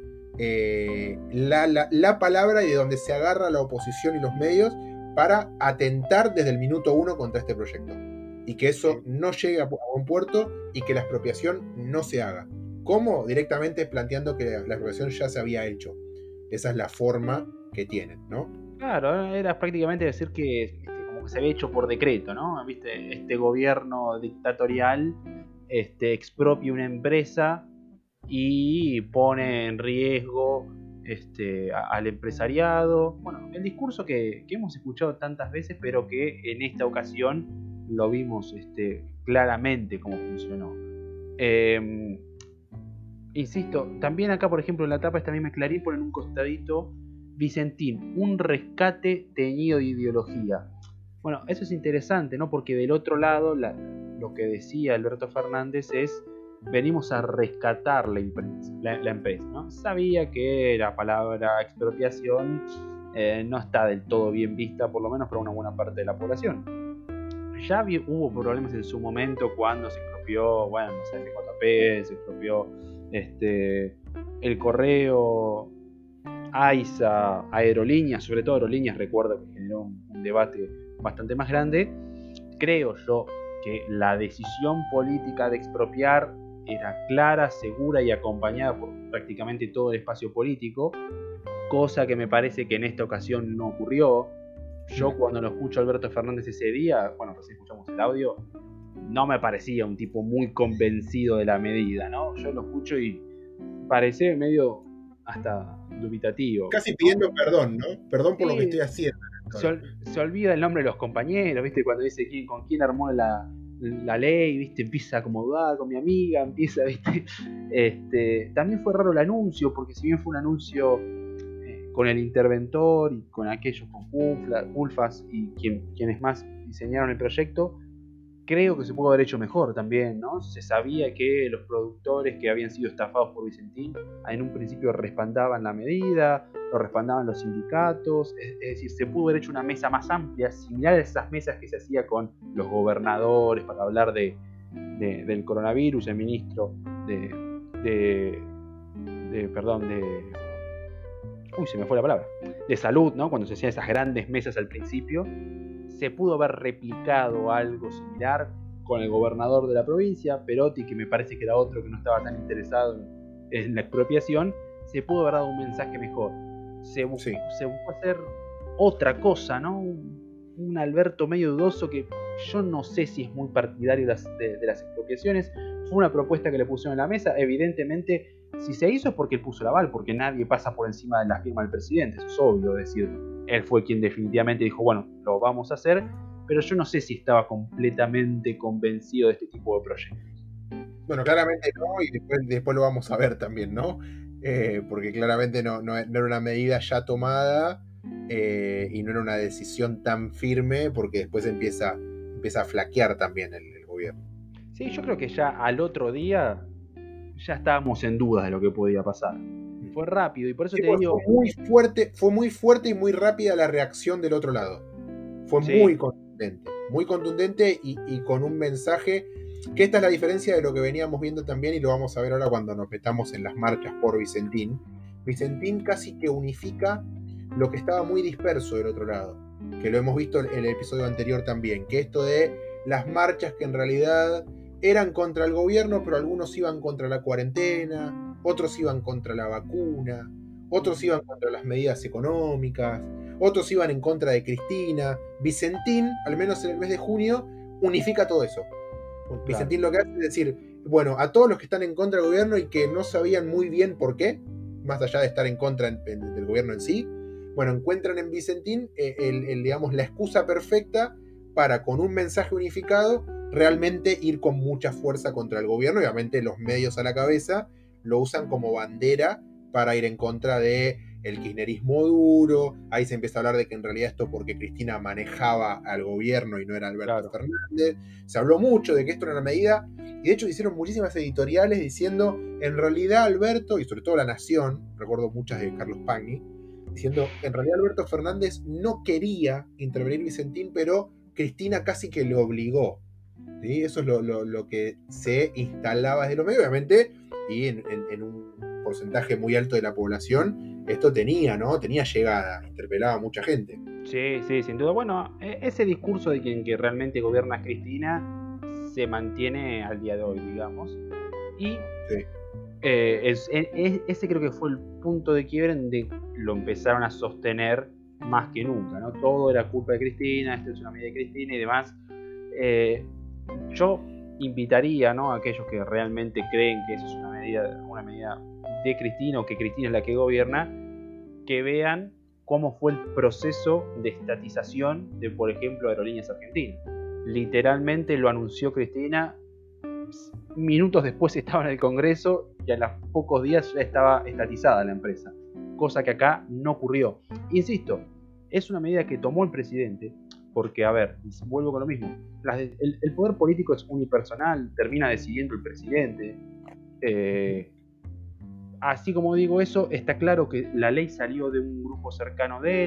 la palabra y de donde se agarra la oposición y los medios para atentar desde el minuto 1 contra este proyecto, y que eso no llegue a buen puerto y que la expropiación no se haga. ¿Cómo? Directamente planteando que la expropiación ya se había hecho. Esa es la forma que tienen, ¿no? Claro, era prácticamente decir que como que se había hecho por decreto, ¿no? ¿Viste? Este gobierno dictatorial expropia una empresa y pone en riesgo al empresariado. Bueno, el discurso que hemos escuchado tantas veces, pero que en esta ocasión lo vimos claramente cómo funcionó. Insisto, también acá, por ejemplo, en la tapa esta misma Clarín ponen un costadito Vicentín, un rescate teñido de ideología. Bueno, eso es interesante, ¿no? Porque del otro lado, lo que decía Alberto Fernández es: venimos a rescatar la empresa, ¿no? Sabía que la palabra expropiación no está del todo bien vista, por lo menos para una buena parte de la población. Ya hubo problemas en su momento cuando se expropió, bueno, no sé, FJP, se expropió el correo, AISA, Aerolíneas, sobre todo Aerolíneas, recuerdo que generó un debate bastante más grande. Creo yo que la decisión política de expropiar era clara, segura y acompañada por prácticamente todo el espacio político, cosa que me parece que en esta ocasión no ocurrió. Yo cuando lo escucho a Alberto Fernández ese día, bueno, recién escuchamos el audio, no me parecía un tipo muy convencido de la medida, ¿no? Yo lo escucho y parece medio hasta dubitativo. Casi pidiendo perdón, ¿no? Perdón por lo que estoy haciendo. Se olvida el nombre de los compañeros, ¿viste? Cuando dice con quién armó la ley, ¿viste? Empieza como a dudar con mi amiga, empieza, ¿viste? También fue raro el anuncio, porque si bien fue un anuncio con el interventor y con aquellos con Ulfas y quienes más diseñaron el proyecto, creo que se pudo haber hecho mejor también, ¿no? Se sabía que los productores que habían sido estafados por Vicentín en un principio respaldaban la medida, lo respaldaban los sindicatos, es decir, se pudo haber hecho una mesa más amplia, similar a esas mesas que se hacía con los gobernadores para hablar del coronavirus, el ministro se me fue la palabra, de salud, ¿no? Cuando se hacían esas grandes mesas al principio. Se pudo haber replicado algo similar con el gobernador de la provincia, Perotti, que me parece que era otro que no estaba tan interesado en la expropiación. Se pudo haber dado un mensaje mejor. Se buscó hacer otra cosa, ¿no? Un Alberto medio dudoso que yo no sé si es muy partidario de las expropiaciones. Fue una propuesta que le pusieron en la mesa. Evidentemente, si se hizo es porque él puso el aval, porque nadie pasa por encima de la firma del presidente, eso es obvio. Es decir, él fue quien definitivamente dijo, bueno, lo vamos a hacer, pero yo no sé si estaba completamente convencido de este tipo de proyectos. Bueno, claramente no, y después lo vamos a ver también, ¿no? Porque claramente no era una medida ya tomada y no era una decisión tan firme, porque después empieza a flaquear también el gobierno. Sí, yo creo que ya al otro día ya estábamos en dudas de lo que podía pasar. Fue rápido y por eso te digo... Fue muy fuerte y muy rápida la reacción del otro lado. Fue muy contundente y con un mensaje que esta es la diferencia de lo que veníamos viendo también, y lo vamos a ver ahora cuando nos metamos en las marchas por Vicentín. Vicentín casi que unifica lo que estaba muy disperso del otro lado, que lo hemos visto en el episodio anterior también, que esto de las marchas que en realidad eran contra el gobierno, pero algunos iban contra la cuarentena, otros iban contra la vacuna, otros iban contra las medidas económicas, otros iban en contra de Cristina. Vicentín, al menos en el mes de junio, unifica todo eso. Claro. Vicentín lo que hace es decir, bueno, a todos los que están en contra del gobierno y que no sabían muy bien por qué, más allá de estar en contra del gobierno en sí, bueno, encuentran en Vicentín digamos, la excusa perfecta para, con un mensaje unificado, realmente ir con mucha fuerza contra el gobierno. Y obviamente los medios a la cabeza lo usan como bandera para ir en contra de el kirchnerismo duro. Ahí se empieza a hablar de que en realidad esto porque Cristina manejaba al gobierno y no era Alberto Fernández. Se habló mucho de que esto era una medida, y de hecho hicieron muchísimas editoriales diciendo, en realidad Alberto, y sobre todo La Nación, recuerdo muchas de Carlos Pagni, diciendo, en realidad Alberto Fernández no quería intervenir Vicentín, pero Cristina casi que le obligó. ¿Sí? Eso es lo que se instalaba desde los medios, obviamente, y en un porcentaje muy alto de la población esto tenía llegada, interpelaba a mucha gente. Sí, sin duda. Bueno, ese discurso de quien que realmente gobierna Cristina se mantiene al día de hoy, digamos, y ese creo que fue el punto de quiebre donde lo empezaron a sostener más que nunca, ¿no? Todo era culpa de Cristina, esto es una medida de Cristina y demás. Yo invitaría, ¿no?, a aquellos que realmente creen que eso es una medida de Cristina o que Cristina es la que gobierna, que vean cómo fue el proceso de estatización de, por ejemplo, Aerolíneas Argentinas. Literalmente lo anunció Cristina, minutos después estaba en el Congreso y a los pocos días ya estaba estatizada la empresa, cosa que acá no ocurrió. Insisto, es una medida que tomó el presidente, porque, a ver, vuelvo con lo mismo, el poder político es unipersonal, termina decidiendo el presidente. Así como digo eso, está claro que la ley salió de un grupo cercano de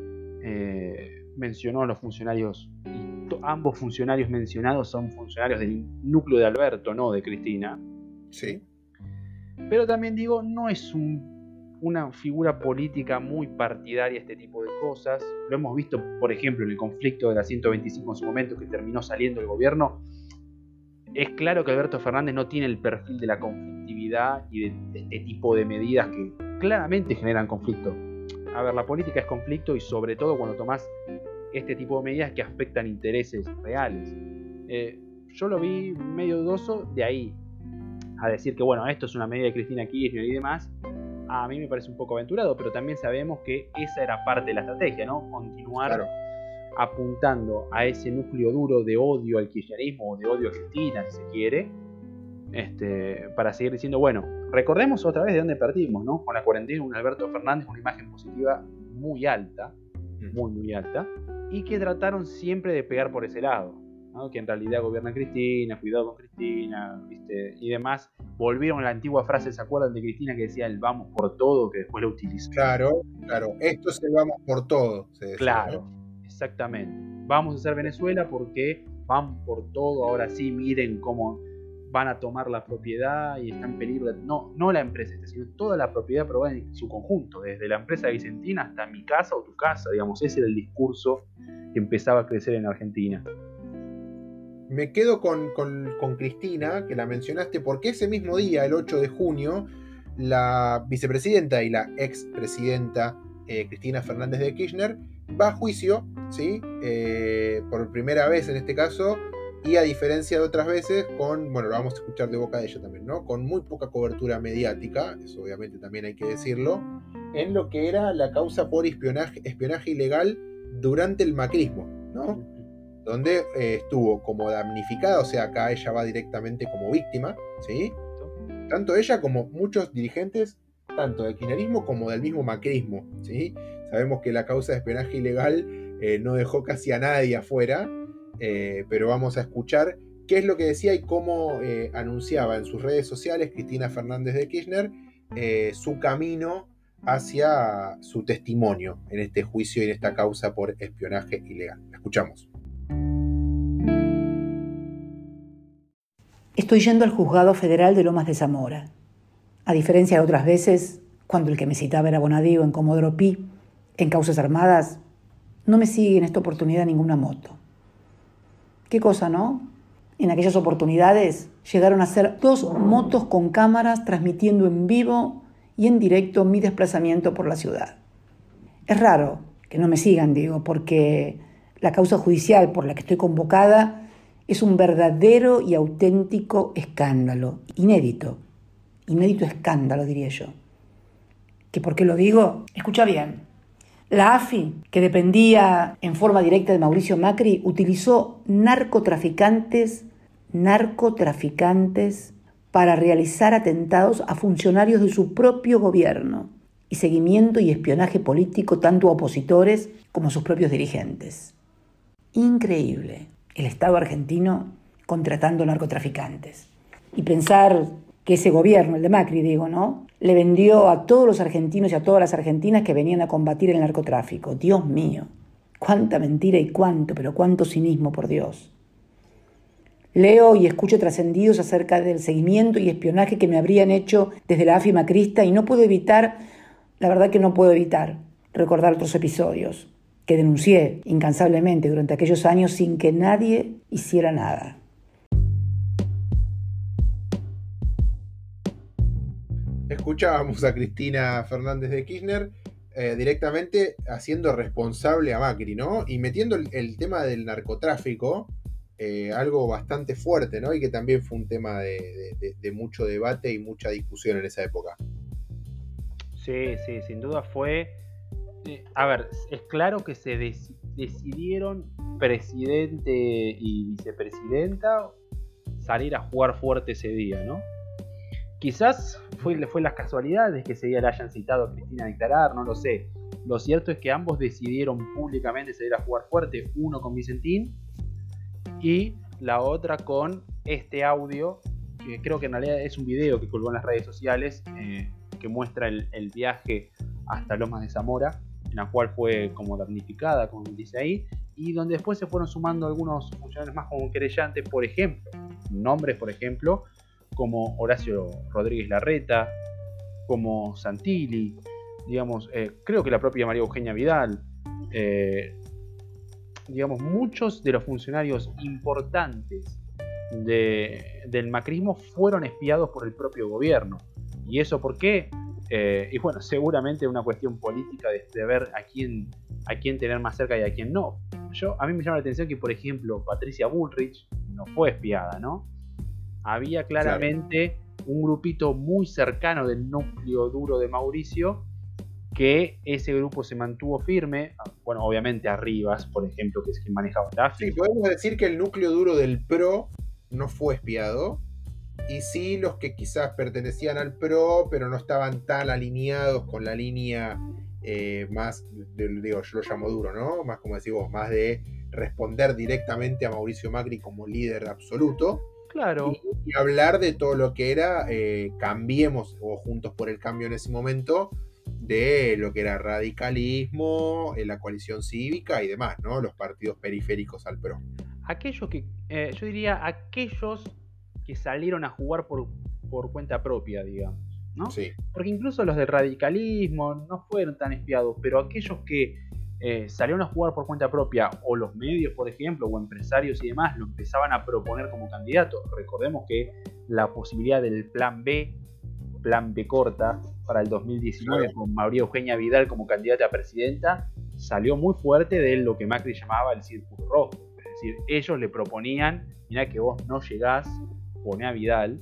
él, mencionó a los funcionarios, y ambos funcionarios mencionados son funcionarios del núcleo de Alberto, no de Cristina. Sí. Pero también digo, no es una figura política muy partidaria este tipo de cosas. Lo hemos visto, por ejemplo, en el conflicto de la 125 en su momento, que terminó saliendo el gobierno. Es claro que Alberto Fernández no tiene el perfil de la conflictividad y de este tipo de medidas que claramente generan conflicto. A ver, la política es conflicto y sobre todo cuando tomás este tipo de medidas que afectan intereses reales. Yo lo vi medio dudoso, de ahí a decir que bueno, esto es una medida de Cristina Kirchner y demás, a mí me parece un poco aventurado, pero también sabemos que esa era parte de la estrategia, ¿no? Continuar apuntando a ese núcleo duro de odio al kirchnerismo o de odio a Cristina, si se quiere, para seguir diciendo, bueno, recordemos otra vez de dónde partimos, ¿no? Con la cuarentena, un Alberto Fernández con una imagen positiva muy alta, muy alta, y que trataron siempre de pegar por ese lado, ¿no? Que en realidad gobierna Cristina, cuidado con Cristina, ¿viste? Y demás. Volvieron a la antigua frase, ¿se acuerdan de Cristina que decía el vamos por todo, que después lo utilizó? Claro, esto es el vamos por todo, se decía, claro, ¿no? Exactamente. Vamos a hacer Venezuela porque van por todo, ahora sí, miren cómo van a tomar la propiedad y está en peligro, no la empresa, sino toda la propiedad, pero en su conjunto, desde la empresa Vicentina hasta mi casa o tu casa, digamos, ese era el discurso que empezaba a crecer en Argentina. Me quedo con Cristina, que la mencionaste, porque ese mismo día, el 8 de junio, la vicepresidenta y la expresidenta Cristina Fernández de Kirchner va a juicio, ¿sí? Por primera vez en este caso, y a diferencia de otras veces, lo vamos a escuchar de boca de ella también, ¿no? Con muy poca cobertura mediática, eso obviamente también hay que decirlo, en lo que era la causa por espionaje ilegal durante el macrismo, ¿no? Donde estuvo como damnificada, o sea, acá ella va directamente como víctima, ¿sí? Tanto ella como muchos dirigentes, tanto del kirchnerismo como del mismo macrismo, ¿sí? Sabemos que la causa de espionaje ilegal no dejó casi a nadie afuera, pero vamos a escuchar qué es lo que decía y cómo anunciaba en sus redes sociales Cristina Fernández de Kirchner su camino hacia su testimonio en este juicio y en esta causa por espionaje ilegal. La escuchamos. Estoy yendo al Juzgado Federal de Lomas de Zamora. A diferencia de otras veces, cuando el que me citaba era Bonadío en Comodoro Pi, en causas armadas, no me sigue en esta oportunidad ninguna moto. ¿Qué cosa, no? En aquellas oportunidades llegaron a ser 2 motos con cámaras transmitiendo en vivo y en directo mi desplazamiento por la ciudad. Es raro que no me sigan, digo, porque la causa judicial por la que estoy convocada es un verdadero y auténtico escándalo, inédito escándalo, diría yo. ¿Que por qué lo digo? Escucha bien. La AFI, que dependía en forma directa de Mauricio Macri, utilizó narcotraficantes para realizar atentados a funcionarios de su propio gobierno y seguimiento y espionaje político tanto a opositores como a sus propios dirigentes. Increíble. El Estado argentino contratando narcotraficantes. Y pensar que ese gobierno, el de Macri, digo, ¿no?, le vendió a todos los argentinos y a todas las argentinas que venían a combatir el narcotráfico. Dios mío, cuánta mentira y cuánto cinismo, por Dios. Leo y escucho trascendidos acerca del seguimiento y espionaje que me habrían hecho desde la AFI macrista y no puedo evitar, la verdad que no puedo evitar, recordar otros episodios que denuncié incansablemente durante aquellos años sin que nadie hiciera nada. Escuchábamos a Cristina Fernández de Kirchner directamente haciendo responsable a Macri, ¿no? Y metiendo el tema del narcotráfico, algo bastante fuerte, ¿no? Y que también fue un tema de mucho debate y mucha discusión en esa época. Sí, sin duda fue... a ver, es claro que se decidieron presidente y vicepresidenta salir a jugar fuerte ese día, ¿no? Quizás fue las casualidades que ese día le hayan citado a Cristina a declarar, no lo sé. Lo cierto es que ambos decidieron públicamente salir a jugar fuerte, uno con Vicentín y la otra con este audio, que creo que en realidad es un video que colgó en las redes sociales, que muestra el viaje hasta Lomas de Zamora, en la cual fue como damnificada, como dice ahí, y donde después se fueron sumando algunos funcionarios más como querellantes, por ejemplo, nombres, por ejemplo, como Horacio Rodríguez Larreta, como Santilli, digamos, creo que la propia María Eugenia Vidal, digamos, muchos de los funcionarios importantes del macrismo fueron espiados por el propio gobierno. ¿Y eso por qué? Y bueno, seguramente una cuestión política de ver a quién tener más cerca y a quién no. A mí me llama la atención que, por ejemplo, Patricia Bullrich no fue espiada, ¿no? Había claramente un grupito muy cercano del núcleo duro de Mauricio, que ese grupo se mantuvo firme. Bueno, obviamente a Rivas, por ejemplo, que es quien manejaba la AFI. Sí, podemos decir que el núcleo duro del PRO no fue espiado, y sí los que quizás pertenecían al PRO, pero no estaban tan alineados con la línea más, digo, yo lo llamo duro, ¿no? Más, como decís vos, más de responder directamente a Mauricio Macri como líder absoluto. Claro. Y hablar de todo lo que era Cambiemos o Juntos por el Cambio en ese momento, de lo que era radicalismo, la coalición cívica y demás, ¿no? Los partidos periféricos al PRO. Aquellos que, yo diría, aquellos que salieron a jugar por cuenta propia, digamos, ¿no? Sí. Porque incluso los del radicalismo no fueron tan espiados, pero aquellos que salieron a jugar por cuenta propia, o los medios, por ejemplo, o empresarios y demás, lo empezaban a proponer como candidato. Recordemos que la posibilidad del plan B corta, para el 2019, con María Eugenia Vidal como candidata a presidenta, salió muy fuerte de lo que Macri llamaba el círculo rojo. Es decir, ellos le proponían, mirá que vos no llegás, poné a Vidal.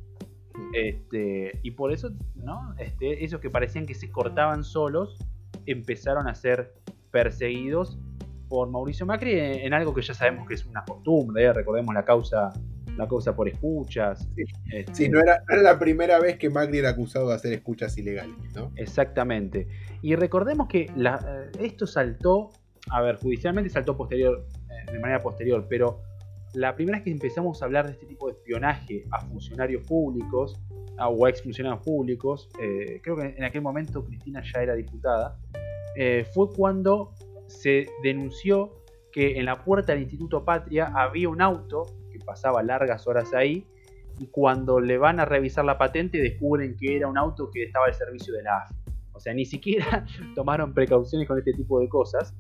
Y por eso, ¿no? Esos que parecían que se cortaban solos empezaron a ser perseguidos por Mauricio Macri en algo que ya sabemos que es una costumbre. Recordemos la causa por escuchas. Sí, no era la primera vez que Macri era acusado de hacer escuchas ilegales, ¿no? Exactamente. Y recordemos que esto saltó, judicialmente saltó de manera posterior, pero la primera vez que empezamos a hablar de este tipo de espionaje a funcionarios públicos o a exfuncionarios públicos, creo que en aquel momento Cristina ya era diputada, fue cuando se denunció que en la puerta del Instituto Patria había un auto que pasaba largas horas ahí, y cuando le van a revisar la patente descubren que era un auto que estaba al servicio de la AFI. O sea, ni siquiera tomaron precauciones con este tipo de cosas.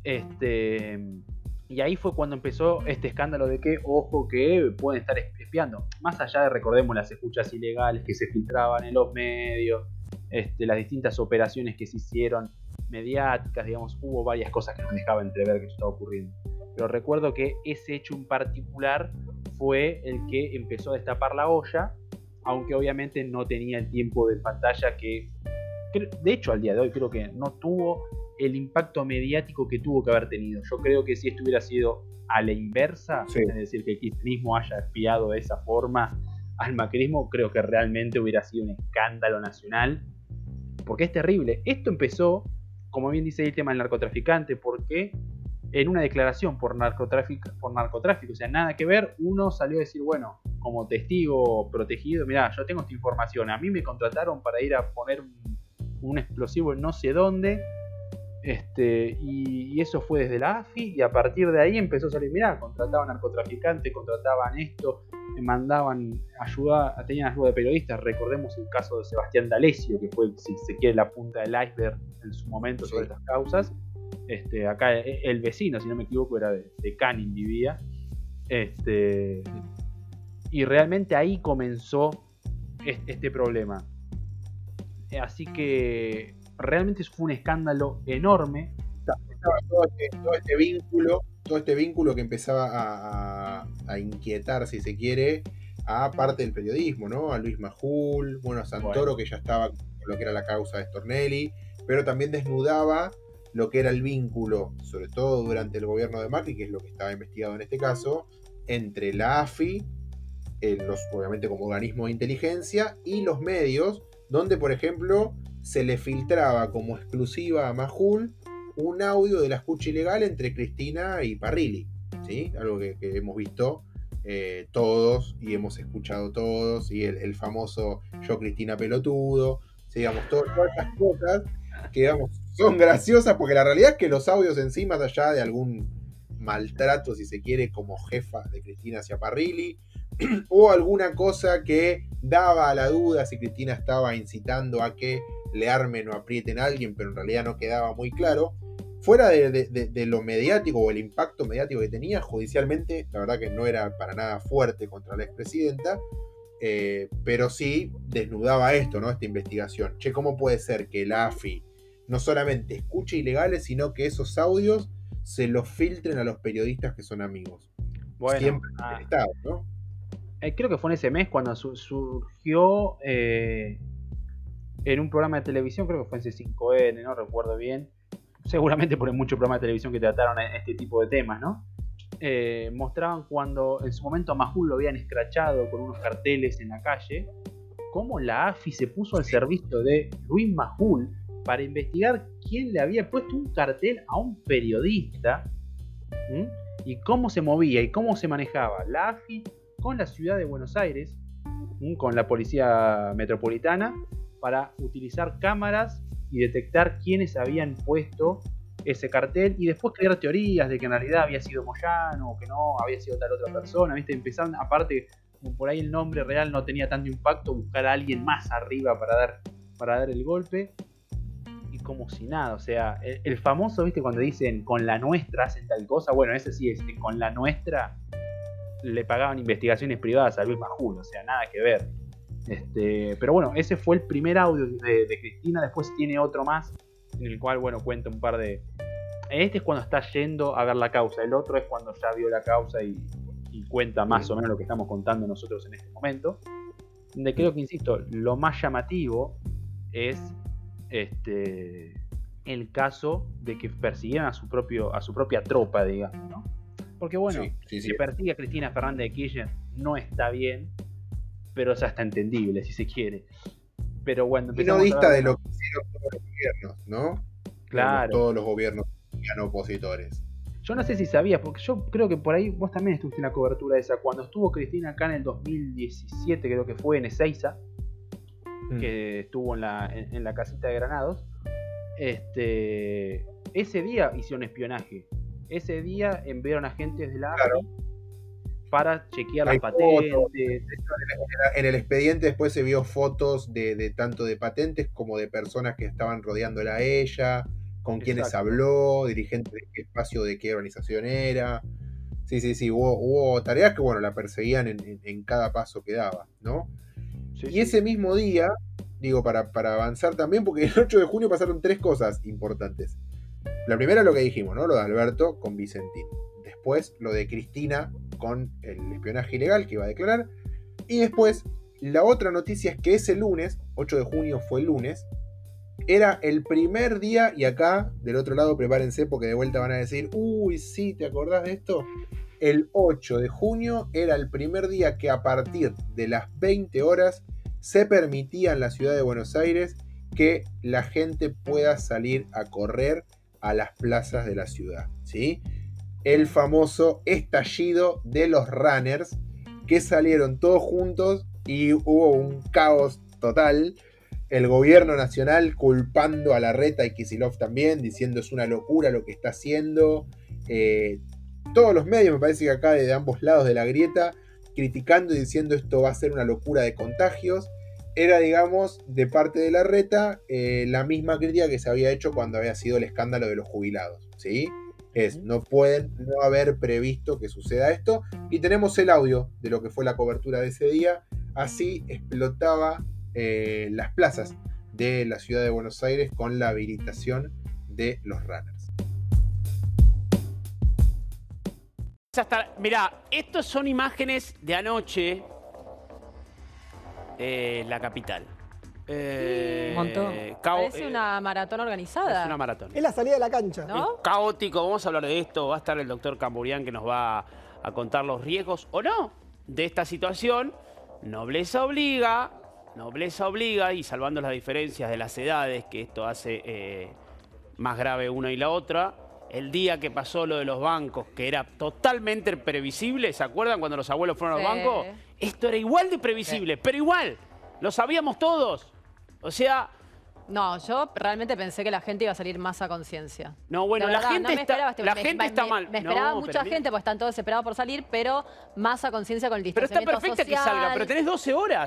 Y ahí fue cuando empezó este escándalo de que, ojo, que pueden estar espiando. Más allá de, recordemos, las escuchas ilegales que se filtraban en los medios, las distintas operaciones que se hicieron mediáticas, digamos, hubo varias cosas que nos dejaban entrever que esto estaba ocurriendo. Pero recuerdo que ese hecho en particular fue el que empezó a destapar la olla, aunque obviamente no tenía el tiempo de pantalla que, de hecho, al día de hoy creo que no tuvo el impacto mediático que tuvo que haber tenido. Yo creo que si esto hubiera sido a la inversa, sí, es decir, que el kirchnerismo haya espiado de esa forma al macrismo, creo que realmente hubiera sido un escándalo nacional, porque es terrible. Esto empezó, como bien dice el tema del narcotraficante, porque en una declaración por narcotráfico, o sea, nada que ver, uno salió a decir, bueno, como testigo protegido, mirá, yo tengo esta información, a mí me contrataron para ir a poner un explosivo en no sé dónde, y eso fue desde la AFI, y a partir de ahí empezó a salir, mirá, contrataban narcotraficantes, contrataban esto, mandaban ayuda, tenían ayuda de periodistas. Recordemos el caso de Sebastián D'Alessio, que fue, si se quiere, la punta del iceberg en su momento sobre estas causas. Acá el vecino, si no me equivoco, era de Canning, vivía. Y realmente ahí comenzó este problema. Así que realmente eso fue un escándalo enorme. Estaba todo este vínculo que empezaba a inquietar, si se quiere, a parte del periodismo, ¿no? A Luis Majul, bueno, a Santoro, que ya estaba con lo que era la causa de Stornelli, pero también desnudaba lo que era el vínculo, sobre todo durante el gobierno de Macri, que es lo que estaba investigado en este caso, entre la AFI, obviamente como organismo de inteligencia, y los medios, donde, por ejemplo, se le filtraba como exclusiva a Majul un audio de la escucha ilegal entre Cristina y Parrilli, ¿sí? Algo que hemos visto todos y hemos escuchado todos, y el famoso yo Cristina pelotudo, ¿sí? Digamos, todas estas cosas que, digamos, son graciosas, porque la realidad es que los audios en sí, más allá de algún maltrato, si se quiere, como jefa de Cristina hacia Parrilli, o alguna cosa que daba a la duda si Cristina estaba incitando a que le armen o aprieten a alguien, pero en realidad no quedaba muy claro. Fuera de lo mediático o el impacto mediático que tenía, judicialmente, la verdad que no era para nada fuerte contra la expresidenta, pero sí desnudaba esto, ¿no? Esta investigación. Che, ¿cómo puede ser que la AFI no solamente escuche ilegales, sino que esos audios se los filtren a los periodistas que son amigos? Bueno, siempre en el Estado, ¿no? Creo que fue en ese mes cuando surgió en un programa de televisión, creo que fue en C5N, no recuerdo bien, seguramente por muchos programas de televisión que trataron este tipo de temas, ¿no? Mostraban cuando en su momento a Majul lo habían escrachado con unos carteles en la calle, cómo la AFI se puso al servicio de Luis Majul para investigar quién le había puesto un cartel a un periodista, ¿sí? Y cómo se movía y cómo se manejaba la AFI con la ciudad de Buenos Aires, ¿sí? Con la policía metropolitana, para utilizar cámaras y detectar quiénes habían puesto ese cartel, y después crear teorías de que en realidad había sido Moyano o que no, había sido tal otra persona, ¿viste? Empezaron, aparte, como por ahí el nombre real no tenía tanto impacto, buscar a alguien más arriba para dar el golpe, y como si nada, o sea, el famoso, ¿viste? Cuando dicen con la nuestra hacen tal cosa, bueno, ese sí es, con la nuestra le pagaban investigaciones privadas a Luis Majul, o sea, nada que ver. Pero bueno, ese fue el primer audio de Cristina. Después tiene otro más en el cual, bueno, cuenta un par de... Este es cuando está yendo a ver la causa. El otro es cuando ya vio la causa y cuenta más o menos lo que estamos contando nosotros en este momento. Donde creo que, insisto, lo más llamativo es el caso de que persiguieran a su propia tropa, digamos, ¿no? Porque bueno, si persigue a Cristina Fernández de Kirchner no está bien, pero o sea, está entendible, si se quiere. Pero bueno, y no dista de lo que hicieron todos los gobiernos, ¿no? Claro. Todos los gobiernos opositores. Yo no sé si sabías, porque yo creo que por ahí vos también estuviste en la cobertura esa. Cuando estuvo Cristina acá en el 2017, creo que fue en Ezeiza, que estuvo en la casita de Granados, ese día hicieron espionaje. Ese día enviaron agentes de la AFI para chequear las patentes. En el expediente después se vio fotos de tanto de patentes como de personas que estaban rodeándola a ella, con quienes habló, dirigentes de qué espacio, de qué organización era. Sí, hubo tareas que, bueno, la perseguían en cada paso que daba, ¿no? Y ese mismo día, digo, para avanzar también, porque el 8 de junio pasaron 3 cosas importantes. La primera, lo que dijimos, ¿no? Lo de Alberto con Vicentín. Después, lo de Cristina con el espionaje ilegal que iba a declarar. Y después, la otra noticia es que ese lunes, 8 de junio fue el lunes, era el primer día, y acá, del otro lado, prepárense porque de vuelta van a decir, uy, sí, ¿te acordás de esto? El 8 de junio era el primer día que a partir de las 20 horas se permitía en la ciudad de Buenos Aires que la gente pueda salir a correr a las plazas de la ciudad, ¿sí? El famoso estallido de los runners, que salieron todos juntos y hubo un caos total. El gobierno nacional culpando a Larreta y Kicillof también, diciendo es una locura lo que está haciendo. Todos los medios, me parece que acá de ambos lados de la grieta, criticando y diciendo esto va a ser una locura de contagios. Era, digamos, de parte de Larreta la misma crítica que se había hecho cuando había sido el escándalo de los jubilados, ¿sí? No pueden no haber previsto que suceda esto. Y tenemos el audio de lo que fue la cobertura de ese día. Así explotaba las plazas. de la ciudad de Buenos Aires con la habilitación de los runners. Mirá, estos son imágenes de anoche, la capital. Un montón. Parece una maratón organizada. Es una maratón. Es la salida de la cancha. ¿No? Caótico, vamos a hablar de esto. Va a estar el doctor Camburián que nos va a contar los riesgos o no de esta situación. Nobleza obliga, y salvando las diferencias de las edades, que esto hace más grave una y la otra. El día que pasó lo de los bancos, que era totalmente previsible, ¿se acuerdan cuando los abuelos fueron a los bancos? Esto era igual de previsible, pero igual, lo sabíamos todos. O sea... No, yo realmente pensé que la gente iba a salir más a conciencia. No, bueno, la gente está mal. Me esperaba mucha gente, porque están todos desesperados por salir, pero más a conciencia con el Pero está distanciamiento perfecta social. que salga, pero tenés 12 horas.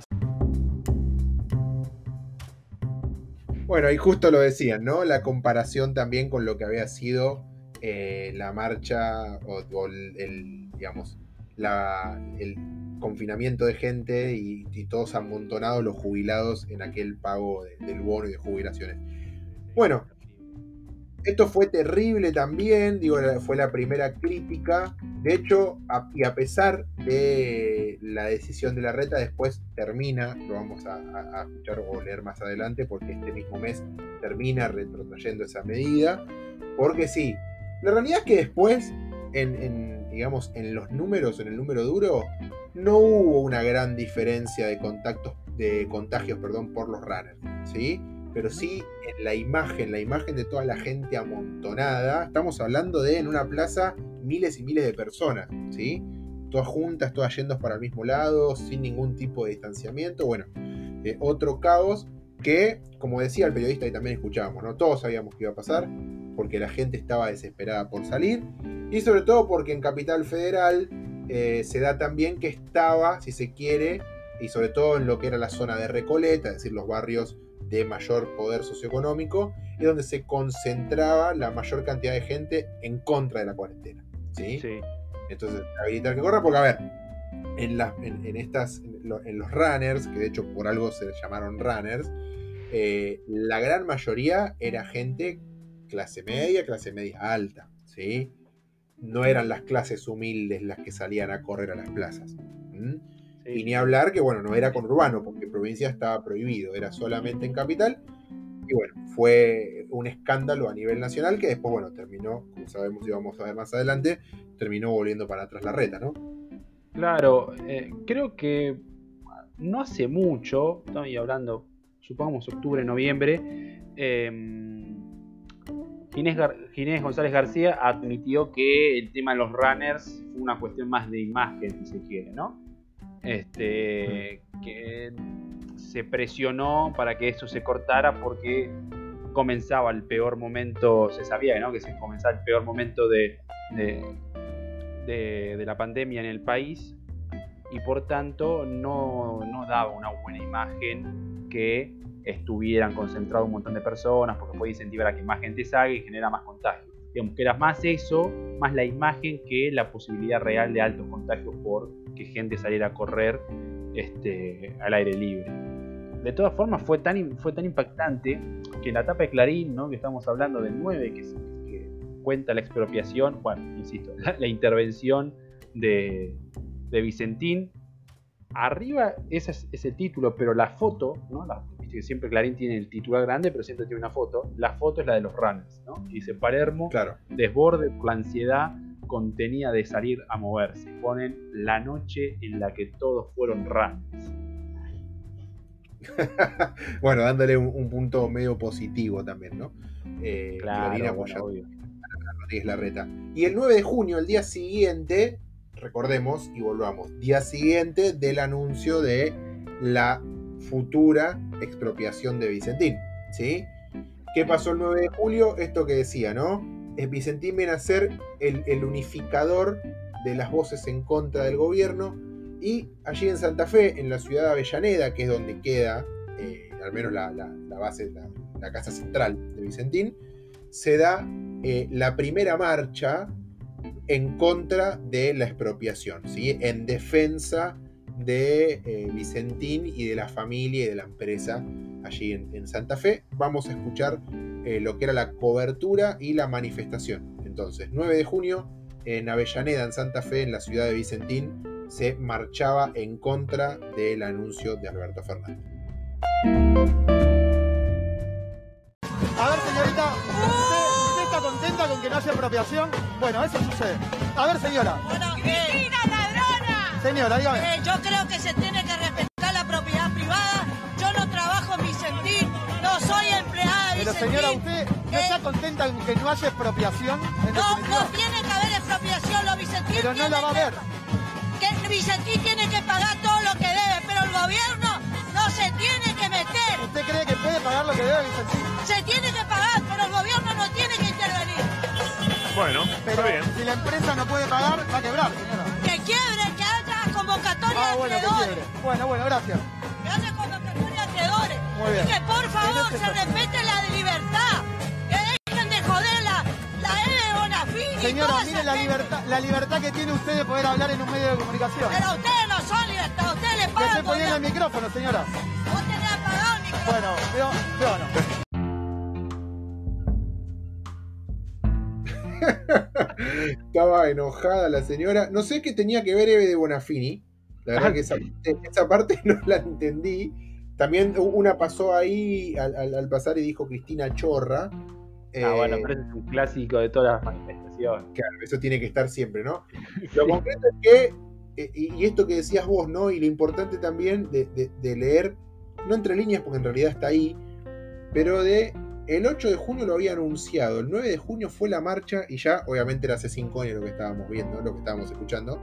Bueno, y justo lo decían, ¿no? La comparación también con lo que había sido la marcha o el confinamiento de gente y todos amontonados los jubilados en aquel pago del bono y de jubilaciones. Bueno, esto fue terrible también, digo, fue la primera crítica. De hecho, a pesar de la decisión de Larreta, después termina, lo vamos a escuchar o leer más adelante, porque este mismo mes termina retrotrayendo esa medida, porque sí, la realidad es que después, digamos, en los números, en el número duro, no hubo una gran diferencia de contagios por los runners, ¿sí? Pero sí en la imagen de toda la gente amontonada. Estamos hablando de, en una plaza, miles y miles de personas, ¿sí? Todas juntas, todas yendo para el mismo lado, sin ningún tipo de distanciamiento. Bueno, otro caos que, como decía el periodista y también escuchábamos, ¿no? Todos sabíamos que iba a pasar, porque la gente estaba desesperada por salir, y sobre todo porque en Capital Federal se da también que estaba, si se quiere, y sobre todo en lo que era la zona de Recoleta, es decir, los barrios de mayor poder socioeconómico, es donde se concentraba la mayor cantidad de gente en contra de la cuarentena, ¿sí? Sí. Entonces, habilitar que corra, porque a ver, en los runners, que de hecho por algo se llamaron runners, la gran mayoría era gente clase media alta, ¿sí? No eran las clases humildes las que salían a correr a las plazas. Sí. Y ni hablar que, bueno, no era conurbano, porque en provincia estaba prohibido, era solamente en capital. Y bueno, fue un escándalo a nivel nacional que después, bueno, terminó, como sabemos y vamos a ver más adelante, terminó volviendo para atrás Larreta, ¿no? Claro, creo que no hace mucho, estoy hablando, supongamos octubre, noviembre, Ginés González García admitió que el tema de los runners fue una cuestión más de imagen, si se quiere, ¿no? Que se presionó para que eso se cortara porque comenzaba el peor momento, se sabía, ¿no? Que se comenzaba el peor momento de la pandemia en el país, y por tanto no daba una buena imagen que estuvieran concentrados un montón de personas, porque puede incentivar a que más gente salga y genera más contagios. Digamos que era más eso, más la imagen, que la posibilidad real de altos contagios por que gente saliera a correr al aire libre. De todas formas, fue tan impactante que en la tapa de Clarín, ¿no? Que estamos hablando del 9, que cuenta la expropiación, bueno, insisto, la intervención de Vicentín. Arriba ese es el título, pero la foto, ¿no? Viste que siempre Clarín tiene el titular grande, pero siempre tiene una foto. La foto es la de los runners, ¿no? Y dice: Palermo, claro, desborde por la ansiedad contenida de salir a moverse. Ponen la noche en la que todos fueron runners. Bueno, dándole un punto medio positivo también, ¿no? Claro, Clarín apoyando a Rodríguez Larreta. Y el 9 de junio, el día siguiente, recordemos y volvamos, día siguiente del anuncio de la futura expropiación de Vicentín, ¿sí? ¿Qué pasó el 9 de julio? Esto que decía, ¿no? Vicentín viene a ser el unificador de las voces en contra del gobierno, y allí en Santa Fe, en la ciudad de Avellaneda, que es donde queda al menos la base, la casa central de Vicentín, se da la primera marcha en contra de la expropiación, ¿sí? En defensa de Vicentín y de la familia y de la empresa allí en Santa Fe. Vamos a escuchar lo que era la cobertura y la manifestación. Entonces, 9 de junio, en Avellaneda, en Santa Fe, en la ciudad de Vicentín, se marchaba en contra del anuncio de Alberto Fernández. A ver, señorita, ¿usted está contenta con que no haya expropiación? Bueno, eso sucede. A ver, señora. Bueno, ¡Cristina, ladrona! Señora, dígame. Yo creo que se tiene que respetar la propiedad privada. Yo no trabajo en Vicentín, no soy empleada de Pero Vicentín. señora, ¿usted no está contenta con que no haya expropiación? No tiene que haber expropiación, los vicentinos. Pero no la va a haber. Que Vicentín tiene que pagar todo lo que debe, pero el gobierno no se tiene que meter. ¿Usted cree que puede pagar lo que debe Vicentín? Se tiene que pagar, pero el gobierno no tiene que intervenir. Bueno, pero está bien. Si la empresa no puede pagar, va a quebrar, señora. Que quiebre, que haya convocatoria de acreedores. Bueno, gracias. Que haya convocatoria de acreedores. Muy bien. Y que por favor se respete la de libertad. Que dejen de joder la E de Bonafini. Señora, mire la libertad que tiene usted de poder hablar en un medio de comunicación. Pero ustedes no son libertad, ustedes le pagan. Deje poner el micrófono, señora. Vos tenés apagado el micrófono. Bueno, yo no. Estaba enojada la señora. No sé qué tenía que ver Eve de Bonafini. La verdad que esa parte no la entendí. También una pasó ahí al pasar y dijo Cristina Chorra. Bueno, pero ese es un clásico de todas las manifestaciones. Claro, eso tiene que estar siempre, ¿no? Lo concreto es que, y esto que decías vos, ¿no? Y lo importante también de leer, no entre líneas porque en realidad está ahí, pero el 8 de junio lo había anunciado, el 9 de junio fue la marcha y ya obviamente era hace 5 años lo que estábamos viendo, lo que estábamos escuchando.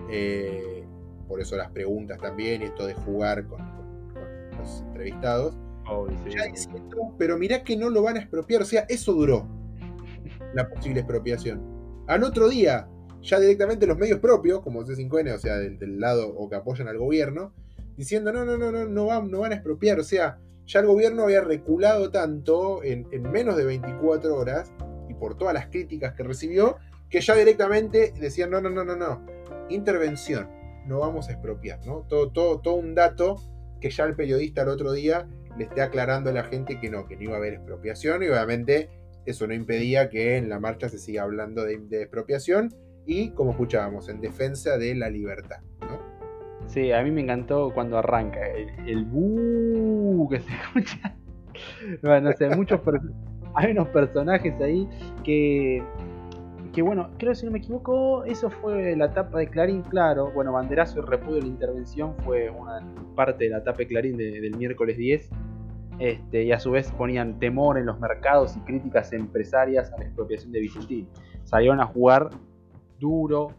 Por eso las preguntas también y esto de jugar con los entrevistados. Sí. Ya diciendo, pero mirá que no lo van a expropiar, o sea, eso duró la posible expropiación. Al otro día, ya directamente los medios propios, como C5N, o sea, del lado o que apoyan al gobierno, diciendo no van a expropiar, o sea, ya el gobierno había reculado tanto en menos de 24 horas y por todas las críticas que recibió, que ya directamente decían no, intervención, no vamos a expropiar, ¿no? Todo un dato que ya el periodista el otro día le esté aclarando a la gente que no iba a haber expropiación, y obviamente eso no impedía que en la marcha se siga hablando de expropiación y, como escuchábamos, en defensa de la libertad, ¿no? Sí, a mí me encantó cuando arranca el buuu que se escucha. Bueno, no sé, hay unos personajes ahí que bueno, creo, si no me equivoco, eso fue la tapa de Clarín, claro. Bueno, banderazo y repudio de la intervención fue una parte de la tapa de Clarín del miércoles 10. Y a su vez ponían temor en los mercados y críticas empresarias a la expropiación de Vicentín. Salieron a jugar duro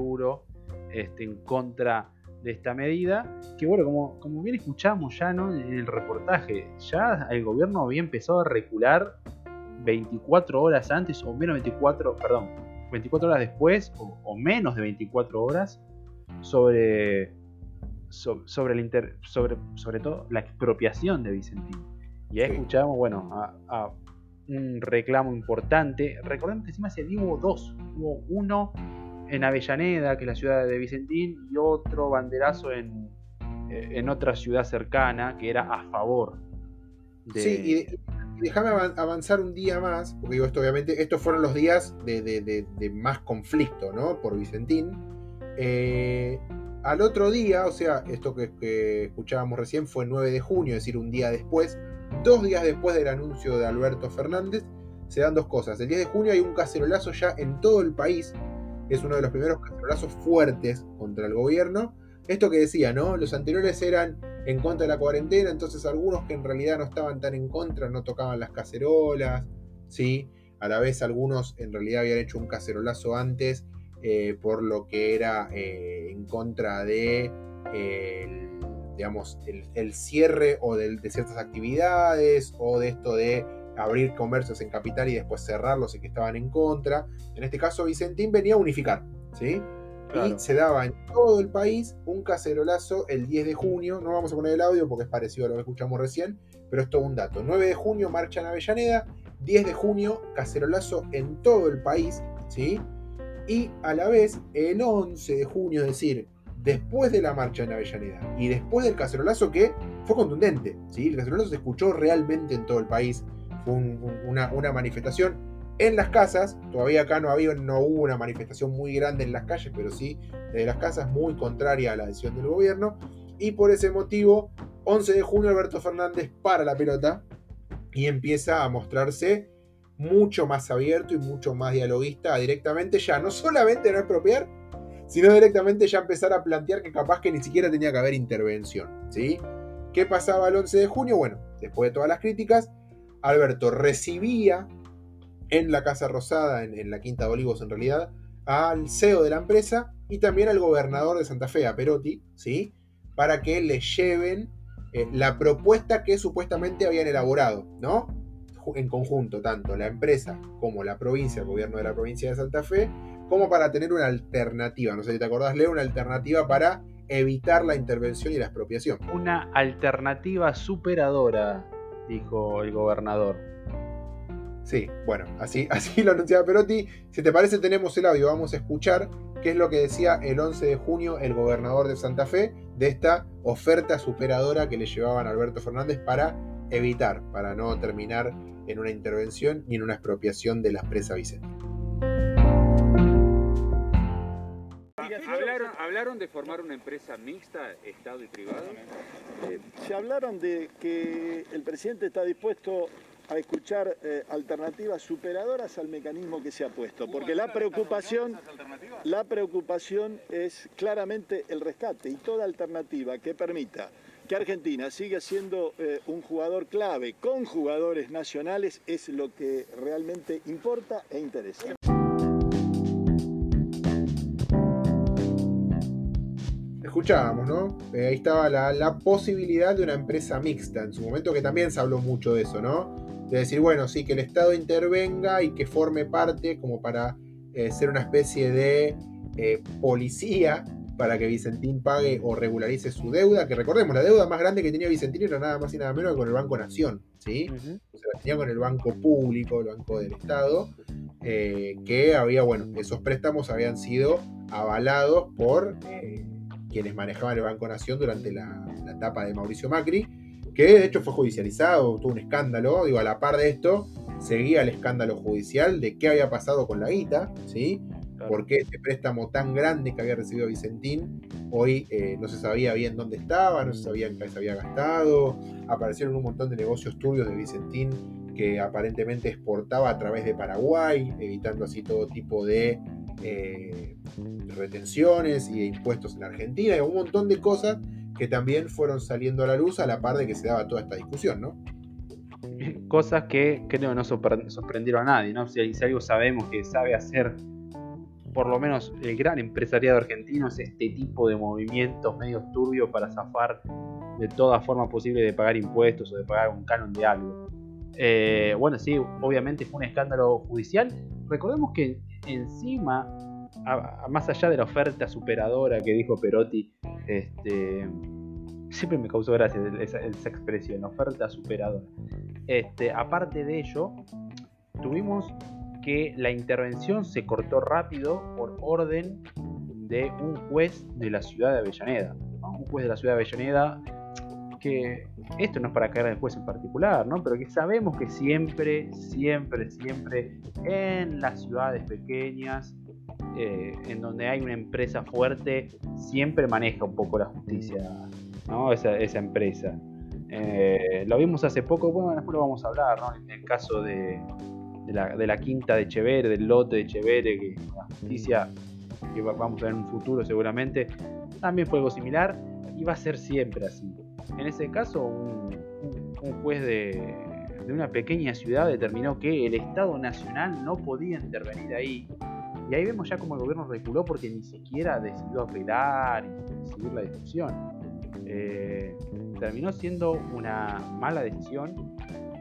en contra de esta medida, que bueno, como bien escuchamos ya, ¿no?, en el reportaje, ya el gobierno había empezado a recular 24 horas antes, o menos 24 horas después, o menos de 24 horas, sobre todo la expropiación de Vicentín. Y ahí escuchamos, bueno, a un reclamo importante. Recordemos que encima hubo dos. Hubo uno en Avellaneda, que es la ciudad de Vicentín, y otro banderazo en otra ciudad cercana, que era a favor de... Sí, y déjame avanzar un día más, porque digo, obviamente, estos fueron los días de más conflicto, ¿no? Por Vicentín. Al otro día, o sea, esto que escuchábamos recién fue el 9 de junio, es decir, un día después, 2 días después del anuncio de Alberto Fernández, se dan dos cosas. El 10 de junio hay un cacerolazo ya en todo el país, que es uno de los primeros cacerolazos fuertes contra el gobierno. Esto que decía, ¿no? Los anteriores eran en contra de la cuarentena, entonces algunos que en realidad no estaban tan en contra no tocaban las cacerolas, ¿sí? A la vez algunos en realidad habían hecho un cacerolazo antes por lo que era en contra de el cierre o de ciertas actividades, o de esto de abrir comercios en capital y después cerrarlos y que estaban en contra. En este caso Vicentín venía a unificar, ¿sí? Claro. Y se daba en todo el país un cacerolazo el 10 de junio. No vamos a poner el audio porque es parecido a lo que escuchamos recién, pero es todo un dato. 9 de junio marcha en Avellaneda, 10 de junio cacerolazo en todo el país, ¿sí? Y a la vez el 11 de junio, es decir, después de la marcha en Avellaneda y después del cacerolazo, que fue contundente, ¿sí? El cacerolazo se escuchó realmente en todo el país. Fue una manifestación en las casas. Todavía acá no hubo una manifestación muy grande en las calles, pero sí desde las casas, muy contraria a la decisión del gobierno. Y por ese motivo, 11 de junio, Alberto Fernández para la pelota y empieza a mostrarse mucho más abierto y mucho más dialoguista directamente, ya no solamente no expropiar, sino directamente ya empezar a plantear que capaz que ni siquiera tenía que haber intervención, ¿sí? ¿Qué pasaba el 11 de junio? Bueno, después de todas las críticas, Alberto recibía en la Casa Rosada, en la Quinta de Olivos en realidad, al CEO de la empresa y también al gobernador de Santa Fe, a Perotti, ¿sí? Para que le lleven la propuesta que supuestamente habían elaborado, ¿no? En conjunto, tanto la empresa como la provincia, el gobierno de la provincia de Santa Fe, como para tener una alternativa. No sé si te acordás, Leo, una alternativa para evitar la intervención y la expropiación. Una alternativa superadora, dijo el gobernador. Sí, bueno, así lo anunciaba Perotti. Si te parece, tenemos el audio, vamos a escuchar qué es lo que decía el 11 de junio el gobernador de Santa Fe de esta oferta superadora que le llevaban a Alberto Fernández para evitar, para no terminar en una intervención ni en una expropiación de la empresa Vicente. ¿Hablaron de formar una empresa mixta, Estado y privado? Se hablaron de que el presidente está dispuesto a escuchar alternativas superadoras al mecanismo que se ha puesto, porque la preocupación es claramente el rescate, y toda alternativa que permita que Argentina siga siendo un jugador clave con jugadores nacionales es lo que realmente importa e interesa. Escuchábamos, ¿no? Ahí estaba la posibilidad de una empresa mixta en su momento, que también se habló mucho de eso, ¿no? De decir, bueno, sí, que el Estado intervenga y que forme parte como para ser una especie de policía para que Vicentín pague o regularice su deuda, que recordemos, la deuda más grande que tenía Vicentín era nada más y nada menos que con el Banco Nación, ¿sí? O sea, la tenía con el Banco Público, el Banco del Estado, que había, bueno, esos préstamos habían sido avalados por quienes manejaban el Banco Nación durante la etapa de Mauricio Macri, que de hecho fue judicializado, tuvo un escándalo. Digo, a la par de esto, seguía el escándalo judicial de qué había pasado con la guita, ¿sí? Claro. Porque ese préstamo tan grande que había recibido Vicentín, hoy no se sabía bien dónde estaba, no se sabía en qué se había gastado. Aparecieron un montón de negocios turbios de Vicentín que aparentemente exportaba a través de Paraguay, evitando así todo tipo de retenciones y de impuestos en Argentina, y un montón de cosas que también fueron saliendo a la luz a la par de que se daba toda esta discusión, ¿no? Cosas que creo no sorprendieron a nadie, ¿no? Si algo sabemos que sabe hacer, por lo menos el gran empresariado argentino, es este tipo de movimientos medios turbios para zafar de toda forma posible de pagar impuestos o de pagar un canon de algo. Bueno, sí, obviamente fue un escándalo judicial. Recordemos que encima, más allá de la oferta superadora que dijo Perotti, siempre me causó gracia esa expresión, oferta superadora. Aparte de ello, tuvimos que la intervención se cortó rápido por orden de un juez de la ciudad de Avellaneda, ¿no? Un juez de la ciudad de Avellaneda, que esto no es para caer al juez en particular, ¿no? Pero que sabemos que siempre en las ciudades pequeñas, en donde hay una empresa fuerte, siempre maneja un poco la justicia, ¿no? Esa empresa. Lo vimos hace poco, bueno, después lo vamos a hablar, ¿no? En el caso de la quinta de Chevere, del lote de Chevere, que la justicia, que vamos a ver en un futuro seguramente, también fue algo similar y va a ser siempre así. En ese caso, un juez de una pequeña ciudad determinó que el Estado Nacional no podía intervenir ahí. Y ahí vemos ya como el gobierno reculó porque ni siquiera decidió apelar y seguir la discusión. Terminó siendo una mala decisión.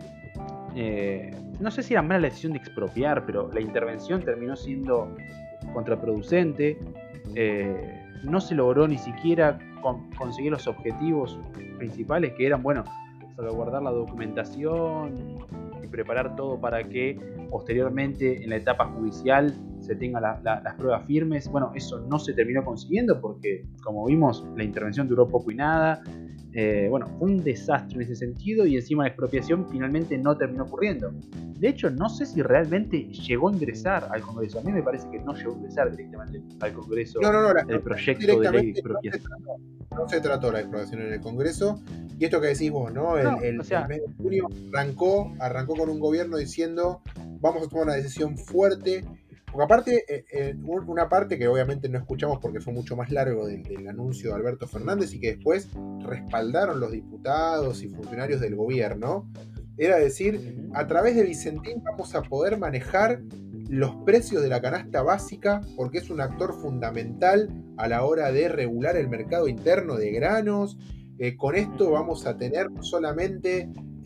No sé si era mala la decisión de expropiar, pero la intervención terminó siendo contraproducente. No se logró ni siquiera conseguir los objetivos principales, que eran, bueno, salvaguardar la documentación y preparar todo para que posteriormente en la etapa judicial se tengan las pruebas firmes. Bueno, eso no se terminó consiguiendo porque, como vimos, la intervención duró poco y nada. Bueno, fue un desastre en ese sentido y encima la expropiación finalmente no terminó ocurriendo. De hecho, no sé si realmente llegó a ingresar al Congreso. A mí me parece que no llegó a ingresar directamente al Congreso el proyecto de ley de expropiación. No se trató la expropiación en el Congreso. Y esto que decís vos, ¿no? El mes de junio arrancó con un gobierno diciendo vamos a tomar una decisión fuerte. Porque aparte, una parte que obviamente no escuchamos porque fue mucho más largo del anuncio de Alberto Fernández y que después respaldaron los diputados y funcionarios del gobierno, era decir, a través de Vicentín vamos a poder manejar los precios de la canasta básica porque es un actor fundamental a la hora de regular el mercado interno de granos. Con esto vamos a tener no solamente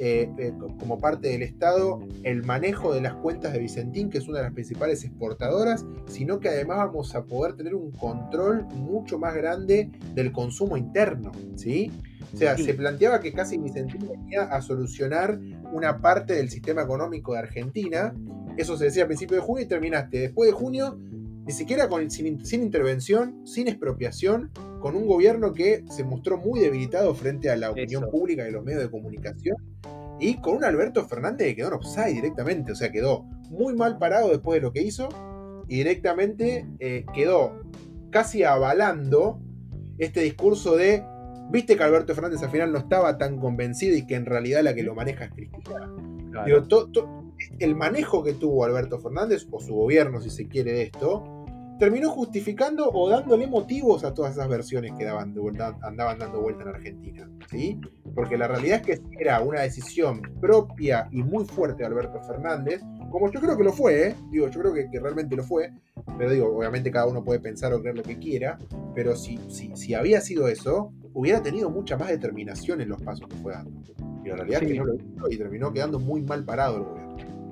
como parte del Estado el manejo de las cuentas de Vicentín, que es una de las principales exportadoras, sino que además vamos a poder tener un control mucho más grande del consumo interno, ¿sí? O sea, se planteaba que casi Vicentín venía a solucionar una parte del sistema económico de Argentina. Eso se decía a principios de junio y terminaste después de junio ni siquiera sin intervención, sin expropiación, con un gobierno que se mostró muy debilitado frente a la opinión pública y los medios de comunicación, y con un Alberto Fernández que quedó en offside directamente, o sea, quedó muy mal parado después de lo que hizo, y directamente quedó casi avalando este discurso de, viste que Alberto Fernández al final no estaba tan convencido y que en realidad la que lo maneja es Cristina. Claro. Digo, el manejo que tuvo Alberto Fernández, o su gobierno si se quiere de esto, terminó justificando o dándole motivos a todas esas versiones que andaban dando vuelta en Argentina, ¿sí? Porque la realidad es que era una decisión propia y muy fuerte de Alberto Fernández, como yo creo que lo fue, digo, yo creo que realmente lo fue, pero digo, obviamente cada uno puede pensar o creer lo que quiera, pero si había sido eso, hubiera tenido mucha más determinación en los pasos que fue dando. Y la realidad es que no lo hizo y terminó quedando muy mal parado el gobierno.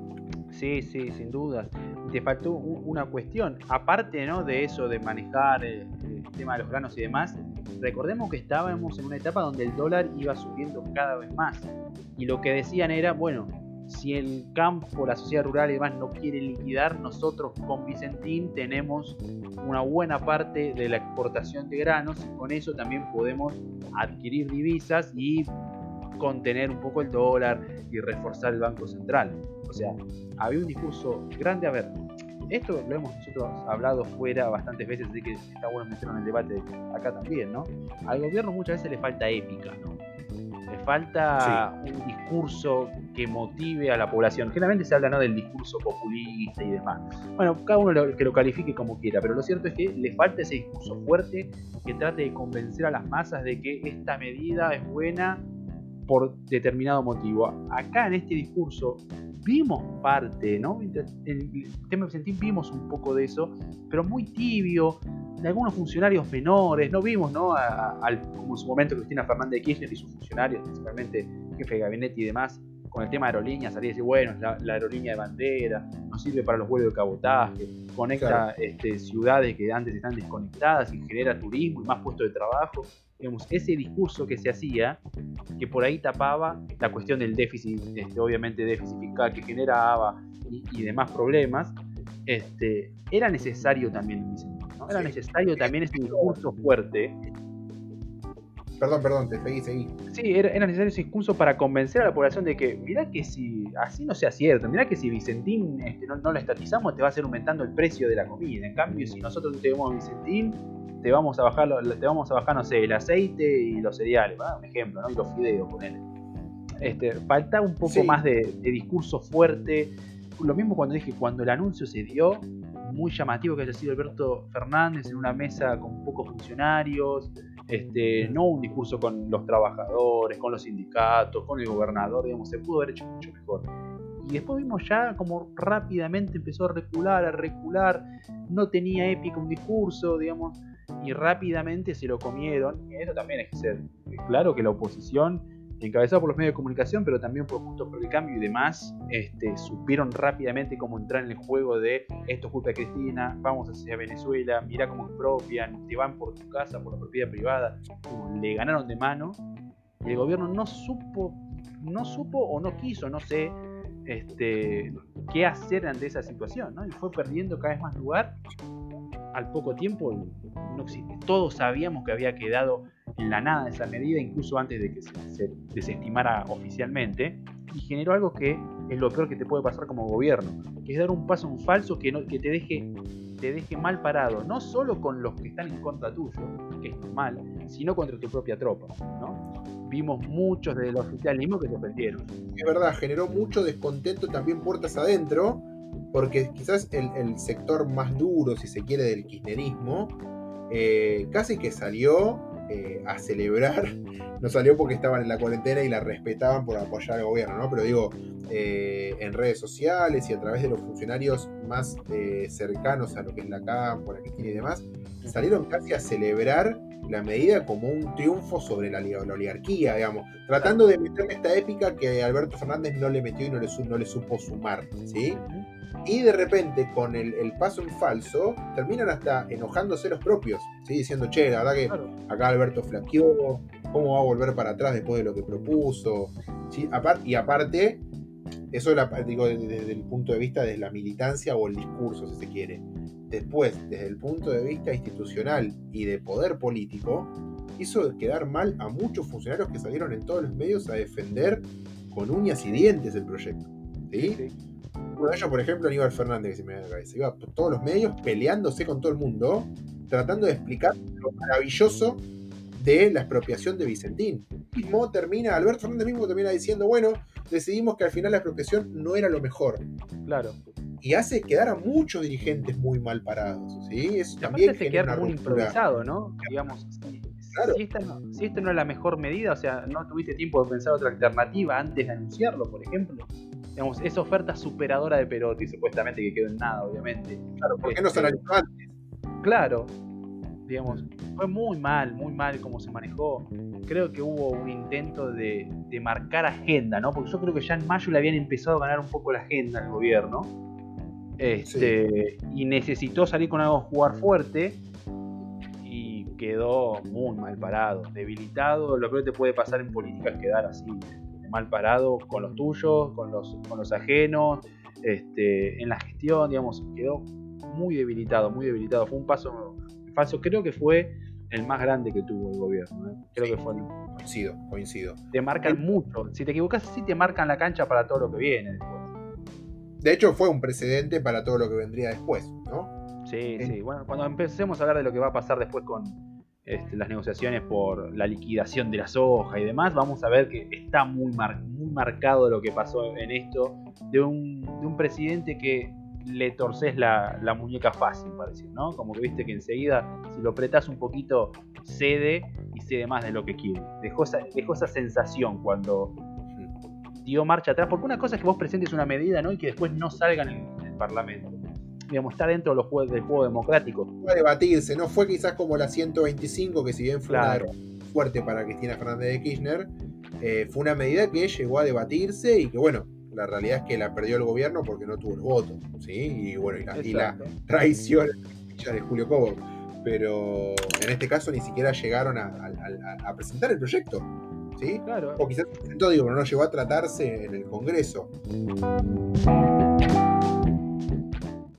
Sí, sin duda. Te faltó una cuestión, aparte, ¿no?, de eso de manejar el tema de los granos y demás. Recordemos que estábamos en una etapa donde el dólar iba subiendo cada vez más y lo que decían era, bueno, si el campo, la sociedad rural y demás no quiere liquidar, nosotros con Vicentín tenemos una buena parte de la exportación de granos y con eso también podemos adquirir divisas y contener un poco el dólar y reforzar el Banco Central. O sea, había un discurso grande. A ver, esto lo hemos nosotros hablado fuera bastantes veces, así que está bueno meterlo en el debate acá también, ¿no? Al gobierno muchas veces le falta épica, ¿no? Le falta un discurso que motive a la población. Generalmente se habla, ¿no?, del discurso populista y demás. Bueno, cada uno que lo califique como quiera, pero lo cierto es que le falta ese discurso fuerte que trate de convencer a las masas de que esta medida es buena por determinado motivo. Acá en este discurso vimos parte, ¿no? En el tema de Vicentín vimos un poco de eso, pero muy tibio, de algunos funcionarios menores. No vimos, ¿no?, como en su momento Cristina Fernández de Kirchner y sus funcionarios, principalmente jefe de gabinete y demás, con el tema de aerolíneas, salía y decir, bueno, la aerolínea de bandera, nos sirve para los vuelos de cabotaje, conecta ciudades que antes están desconectadas y genera turismo y más puestos de trabajo. Digamos, ese discurso que se hacía, que por ahí tapaba la cuestión del déficit, obviamente déficit fiscal que generaba y demás problemas, era necesario también, ¿no? Era necesario también ese discurso fuerte. Perdón, te seguí. Sí, era necesario ese discurso para convencer a la población de que, mirá que si así no sea cierto, mirá que si Vicentín no lo estatizamos te va a ser aumentando el precio de la comida. En cambio, si nosotros no tenemos Vicentín, te vamos a bajar, no sé, el aceite y los cereales, ¿verdad? Un ejemplo, ¿no? Y los fideos, ponele. Falta un poco más de discurso fuerte. Lo mismo cuando el anuncio se dio, muy llamativo que haya sido Alberto Fernández en una mesa con pocos funcionarios, no un discurso con los trabajadores, con los sindicatos, con el gobernador, digamos, se pudo haber hecho mucho mejor. Y después vimos ya como rápidamente empezó a recular, no tenía épica un discurso, digamos, y rápidamente se lo comieron. Y eso también hay que ser claro, que la oposición, encabezada por los medios de comunicación, pero también por Juntos por el Cambio y demás, supieron rápidamente cómo entrar en el juego de esto es culpa de Cristina, vamos hacia Venezuela, mirá cómo expropian, te van por tu casa, por la propiedad privada. Le ganaron de mano y el gobierno no supo o no quiso, no sé, qué hacer ante esa situación, ¿no? Y fue perdiendo cada vez más lugar. Al poco tiempo no existe. Todos sabíamos que había quedado en la nada esa medida, incluso antes de que se desestimara oficialmente, y generó algo que es lo peor que te puede pasar como gobierno, que es dar un paso en falso que te deje mal parado, no solo con los que están en contra tuyo, que es normal, sino contra tu propia tropa, ¿no? Vimos muchos del oficialismo que se ofendieron. Es verdad, generó mucho descontento también puertas adentro, porque quizás el sector más duro, si se quiere, del kirchnerismo, casi que salió a celebrar. No salió porque estaban en la cuarentena y la respetaban por apoyar al gobierno, ¿no? Pero digo, en redes sociales y a través de los funcionarios más cercanos a lo que es la Cámpora, Cristina y demás, salieron casi a celebrar la medida como un triunfo sobre la oligarquía, digamos, tratando de meterle esta épica que Alberto Fernández no le metió y no le supo sumar, ¿sí? Y de repente, con el paso en falso, terminan hasta enojándose los propios, ¿sí? Diciendo, che, la verdad que acá Alberto flaqueó, ¿cómo va a volver para atrás después de lo que propuso? ¿Sí? Y aparte, eso digo desde el punto de vista de la militancia o el discurso, si se quiere. Después, desde el punto de vista institucional y de poder político, hizo quedar mal a muchos funcionarios que salieron en todos los medios a defender con uñas y dientes el proyecto, ¿sí? Uno de ellos, por ejemplo, Aníbal Fernández, que se me da la cabeza, iba por todos los medios peleándose con todo el mundo, tratando de explicar lo maravilloso de la expropiación de Vicentín. Alberto Fernández mismo termina diciendo, bueno, decidimos que al final la expropiación no era lo mejor. Claro. Y hace quedar a muchos dirigentes muy mal parados, ¿sí? Eso también hace quedar muy improvisado, ¿no? Digamos, claro. Si esta no es la mejor medida, o sea, no tuviste tiempo de pensar otra alternativa antes de anunciarlo, por ejemplo. Digamos, esa oferta superadora de Perotti, supuestamente, que quedó en nada, obviamente. Claro, ¿por qué no se analizó antes? Claro, digamos, fue muy mal como se manejó. Creo que hubo un intento de marcar agenda, ¿no? Porque yo creo que ya en mayo le habían empezado a ganar un poco la agenda al gobierno. Y necesitó salir con algo, jugar fuerte, y quedó muy mal parado, debilitado. Lo peor que te puede pasar en política es quedar así, mal parado con los tuyos, con los ajenos, en la gestión, digamos, quedó muy debilitado. Fue un paso falso, creo que fue el más grande que tuvo el gobierno, ¿eh? Creo que fue coincido. Te marcan mucho, si te equivocas sí te marcan la cancha para todo lo que viene después. De hecho fue un precedente para todo lo que vendría después, ¿no? Sí. Bueno, cuando empecemos a hablar de lo que va a pasar después con las negociaciones por la liquidación de la soja y demás, vamos a ver que está muy marcado lo que pasó en esto de un presidente que le torces la muñeca fácil, parece, ¿no? Como que viste que enseguida, si lo apretás un poquito, cede y cede más de lo que quiere. Dejó esa sensación cuando dio marcha atrás, porque una cosa es que vos presentes una medida, ¿no? Y que después no salga en el Parlamento. Digamos, está dentro del juego democrático. Fue a debatirse, no fue quizás como la 125, que si bien fue una fuerte para Cristina Fernández de Kirchner, fue una medida que llegó a debatirse y que, bueno, la realidad es que la perdió el gobierno porque no tuvo los votos, ¿sí? Y bueno, y la traición de Julio Cobos. Pero en este caso ni siquiera llegaron a presentar el proyecto, ¿sí? Claro. O quizás presentó, digo, no llegó a tratarse en el Congreso.